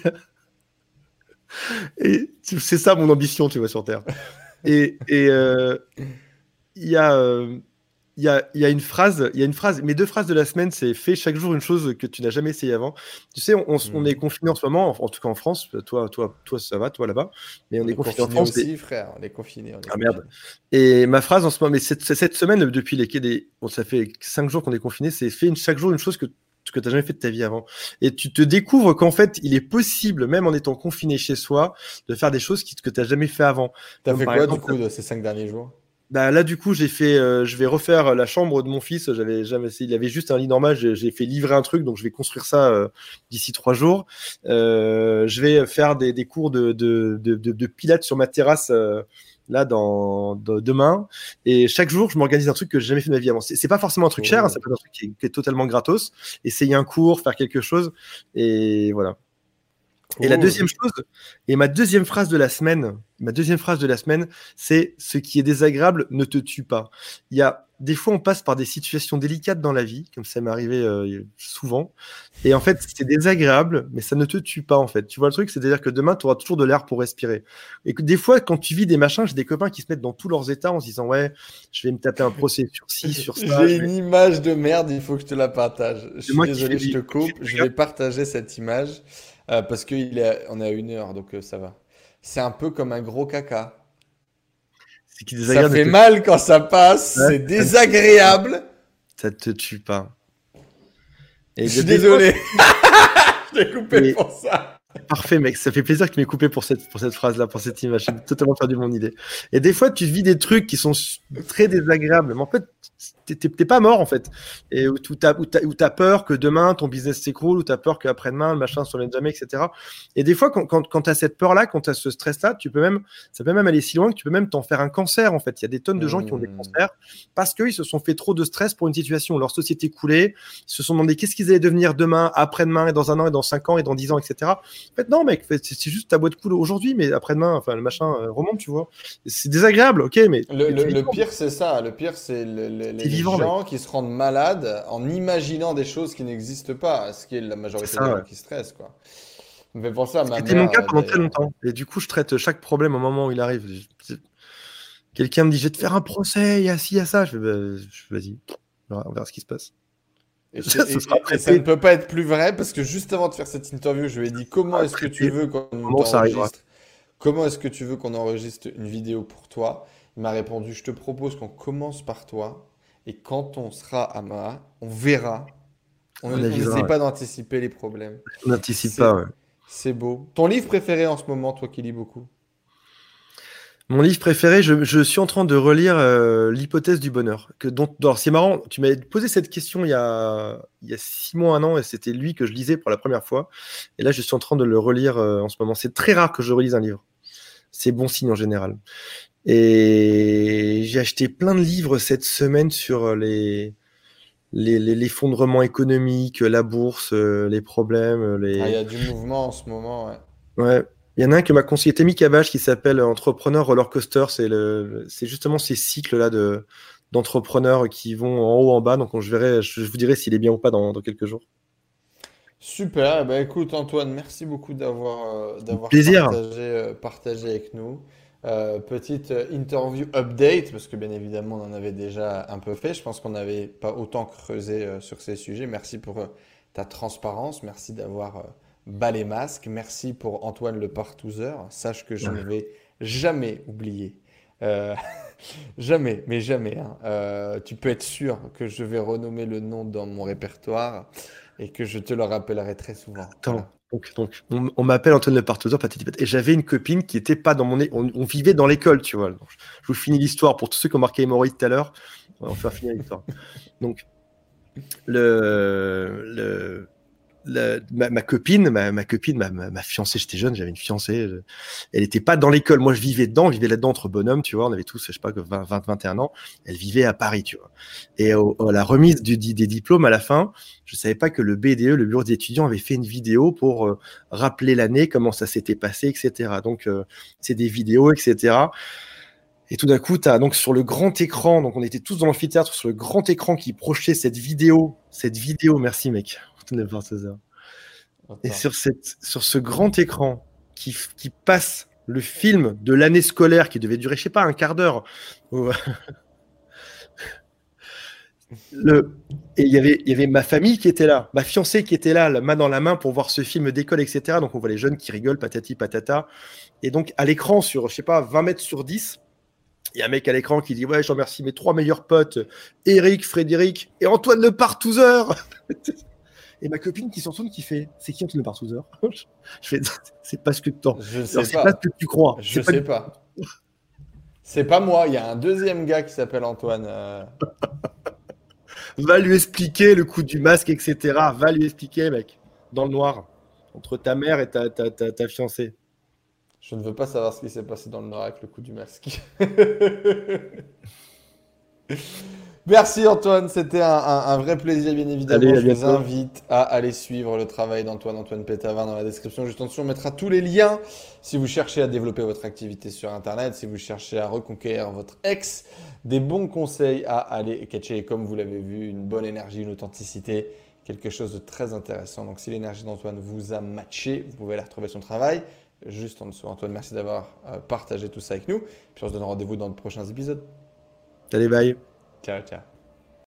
et c'est ça mon ambition, tu vois, sur Terre. Et, et euh, il y a, euh, il y a, il y a une phrase, il y a une phrase, mes deux phrases de la semaine, c'est fais chaque jour une chose que tu n'as jamais essayé avant. Tu sais, on, on, mmh. on est confiné en ce moment, en, en tout cas en France. Toi, toi, toi, ça va, toi là-bas. Mais on, on est, est confiné en France. Aussi, et... frère, on est confiné. On est ah confiné. Merde. Et ma phrase en ce moment, mais cette, cette semaine, depuis les, les bon, ça fait cinq jours qu'on est confiné, c'est fais une, chaque jour une chose que que tu n'as jamais fait de ta vie avant. Et tu te découvres qu'en fait, il est possible, même en étant confiné chez soi, de faire des choses qui, que tu n'as jamais fait avant. Tu as fait quoi, exemple, du coup, de ces cinq derniers jours? Bah là, du coup, j'ai fait, euh, je vais refaire la chambre de mon fils. J'avais jamais essayé. Il avait juste un lit normal. J'ai, j'ai fait livrer un truc, donc je vais construire ça euh, d'ici trois jours. Euh, je vais faire des, des cours de, de, de, de, de pilates sur ma terrasse euh, là dans, dans demain. Et chaque jour, je m'organise un truc que j'ai jamais fait de ma vie avant. C'est, c'est pas forcément un truc oh. cher, hein, ça peut être un truc qui est, qui est totalement gratos. Essayer un cours, faire quelque chose, et voilà. Et la Cool. deuxième chose, et ma deuxième phrase de la semaine, ma deuxième phrase de la semaine, c'est ce qui est désagréable ne te tue pas. Il y a des fois, on passe par des situations délicates dans la vie, comme ça m'est arrivé euh, souvent. Et en fait, c'est désagréable, mais ça ne te tue pas en fait. Tu vois le truc, c'est-à-dire que demain, tu auras toujours de l'air pour respirer. Et que des fois, quand tu vis des machins, j'ai des copains qui se mettent dans tous leurs états en se disant ouais, je vais me taper un procès sur ci, sur ça. J'ai Je vais... une image de merde, il faut que je te la partage. Je C'est suis moi qui fais désolé, je des. te coupe. Je vais partager cette image euh, parce qu'on est, on est à une heure, donc euh, ça va. C'est un peu comme un gros caca. C'est qui est Ça désagréable, fait ne te... mal quand ça passe, Ouais, c'est ça ne te tue pas. désagréable. Ça te tue pas. Et Je il y a suis des fois, désolé. Je t'ai coupé et pour ça. parfait, mec. Ça fait plaisir que tu m'aies coupé pour cette, pour cette phrase-là, pour cette image. J'ai totalement perdu mon idée. Et des fois, tu vis des trucs qui sont s- très désagréables. Mais en fait, t'es t'es- t'es pas mort, en fait. Et où tu as, où t'as, où t'as peur que demain, ton business s'écroule, où tu as peur qu'après-demain, le machin ne se revienne jamais, et cetera. Et des fois, quand, quand, quand tu as cette peur-là, quand tu as ce stress-là, tu peux même, ça peut même aller si loin que tu peux même t'en faire un cancer, en fait. Il y a des tonnes de gens qui ont des Hmm. cancers parce qu'ils se sont fait trop de stress pour une situation. Leur société coulée, ils se sont demandé qu'est-ce qu'ils allaient devenir demain, après-demain, et dans un an, et dans cinq ans, et dans dix ans, et cetera. En fait, non, mec, c'est c'est juste ta boîte cool aujourd'hui, mais après-demain, enfin, le machin euh, remonte, tu vois. C'est désagréable, ok, mais, Le, mais t'es le- le vivant, pire, c'est ça. Le pire, c'est le- le- t'es les vivant, mec. gens qui se rendent malades en imaginant des choses qui n'existent pas, ce qui est la C'est majorité des ça, gens ouais. qui stressent, quoi. Ça me fait penser à ma C'était mon mère, cas euh, pendant très d'ailleurs. longtemps. Et du coup, je traite chaque problème au moment où il arrive. Je- Quelqu'un me dit, je vais te faire un procès, il y a ci, il y a ça. Je fais, bah, je- vas-y, on verra, on verra ce qui se passe. Et, c'est- Ça, ce sera et- et- et ça ne traité peut pas être plus vrai parce que juste avant de faire cette interview, je lui ai dit comment est-ce que tu traité veux au qu'on moment où ça arrivera. t'enregistre? Comment est-ce que tu veux qu'on enregistre une vidéo pour toi? Il m'a répondu, je te propose qu'on commence par toi et quand on sera à moi, on verra. On On on n'essaye avisera, ouais. pas d'anticiper les problèmes. On n'anticipe pas, C'est, ouais. c'est beau. Ton livre préféré en ce moment, toi qui lis beaucoup? Mon livre préféré, je, je suis en train de relire euh, L'hypothèse du bonheur. Que, dont, alors, c'est marrant, tu m'avais posé cette question il y a, il y a six mois, un an, et c'était lui que je lisais pour la première fois. Et là, je suis en train de le relire euh, en ce moment. C'est très rare que je relise un livre. C'est bon signe en général. Et j'ai acheté plein de livres cette semaine sur les, les, les- l'effondrement économique, la bourse, euh, les problèmes, euh, Ah, il y les... a du mouvement en ce moment, ouais. Ouais. Il y en a un que m'a conseillé Temi Cabage qui s'appelle Entrepreneur Roller Coaster. C'est le, c'est justement ces cycles-là de, d'entrepreneurs qui vont en haut, en bas. Donc, je verrai, je vous dirai s'il est bien ou pas dans, dans quelques jours. Super. Eh ben, écoute, Antoine, merci beaucoup d'avoir euh, d'avoir Plaisir. partagé, euh, partagé avec nous. Euh, petite euh, interview update, parce que bien évidemment, on en avait déjà un peu fait. Je pense qu'on n'avait pas autant creusé euh, sur ces sujets. Merci pour euh, ta transparence. Merci d'avoir euh, bas les masques. Merci pour Antoine le partouzeur. Sache que je ne vais jamais oublier. Euh, jamais, mais jamais, hein. Euh, tu peux être sûr que je vais renommer le nom dans mon répertoire et que je te le rappellerai très souvent. Attends. Voilà. Donc, donc, on, on m'appelle Antoine Le Partouzeur, patati patata. Et j'avais une copine qui était pas dans mon. é- On, on vivait dans l'école, tu vois. Donc, je vous finis l'histoire pour tous ceux qui ont marqué hémorroïde tout à l'heure. On va faire finir l'histoire. Donc, le, le, le- ma, ma copine, ma, ma copine, ma, ma, ma fiancée, j'étais jeune, j'avais une fiancée. je- elle était pas dans l'école. Moi, je vivais dedans, je vivais là-dedans entre bonhommes, tu vois. On avait tous, je sais pas, que vingt, vingt, vingt et un ans. Elle vivait à Paris, tu vois. Et au- à la remise du, di- des diplômes à la fin, je savais pas que le B D E, le bureau des étudiants, avait fait une vidéo pour euh, rappeler l'année, comment ça s'était passé, et cetera. Donc, euh, c'est des vidéos, et cetera. Et tout d'un coup, tu as donc sur le grand écran, donc on était tous dans l'amphithéâtre, sur le grand écran qui projetait cette vidéo, cette vidéo, merci mec, n'importe ça. Et Attends. sur, cette, sur ce grand écran qui, f- qui passe le film de l'année scolaire qui devait durer, je sais pas, un quart d'heure. où- le, et il y avait, il y avait ma famille qui était là, ma fiancée qui était là, la main dans la main pour voir ce film d'école, et cetera. Donc on voit les jeunes qui rigolent, patati patata. Et donc à l'écran, sur, je sais pas, vingt mètres sur dix, il y a un mec à l'écran qui dit ouais, je remercie mes trois meilleurs potes, Eric, Frédéric et Antoine Le Partouzeur. Et ma copine qui s'en tourne qui fait c'est qui Antoine Le Partouzeur? Je fais c'est pas ce que tu Je ne Alors, sais c'est pas pas. ce que tu crois. Je C'est pas sais pas. C'est pas moi. Il y a un deuxième gars qui s'appelle Antoine. euh. Va lui expliquer le coup du masque, et cetera. Va lui expliquer, mec, dans le noir, entre ta mère et ta, ta, ta, ta fiancée. Je ne veux pas savoir ce qui s'est passé dans le noir avec le coup du masque. Merci Antoine, c'était un, un- un vrai plaisir, bien évidemment. Allez, à Je vous bientôt. invite à aller suivre le travail d'Antoine, Antoine Pétavin dans la description. Juste en dessous, on mettra tous les liens si vous cherchez à développer votre activité sur Internet, si vous cherchez à reconquérir votre ex, des bons conseils à aller catcher. Et comme vous l'avez vu, une bonne énergie, une authenticité, quelque chose de très intéressant. Donc si l'énergie d'Antoine vous a matché, vous pouvez aller retrouver son travail juste en dessous. Antoine, merci d'avoir euh, partagé tout ça avec nous. Puis on se donne rendez-vous dans de prochains épisodes. Allez, bye. Ciao, ciao.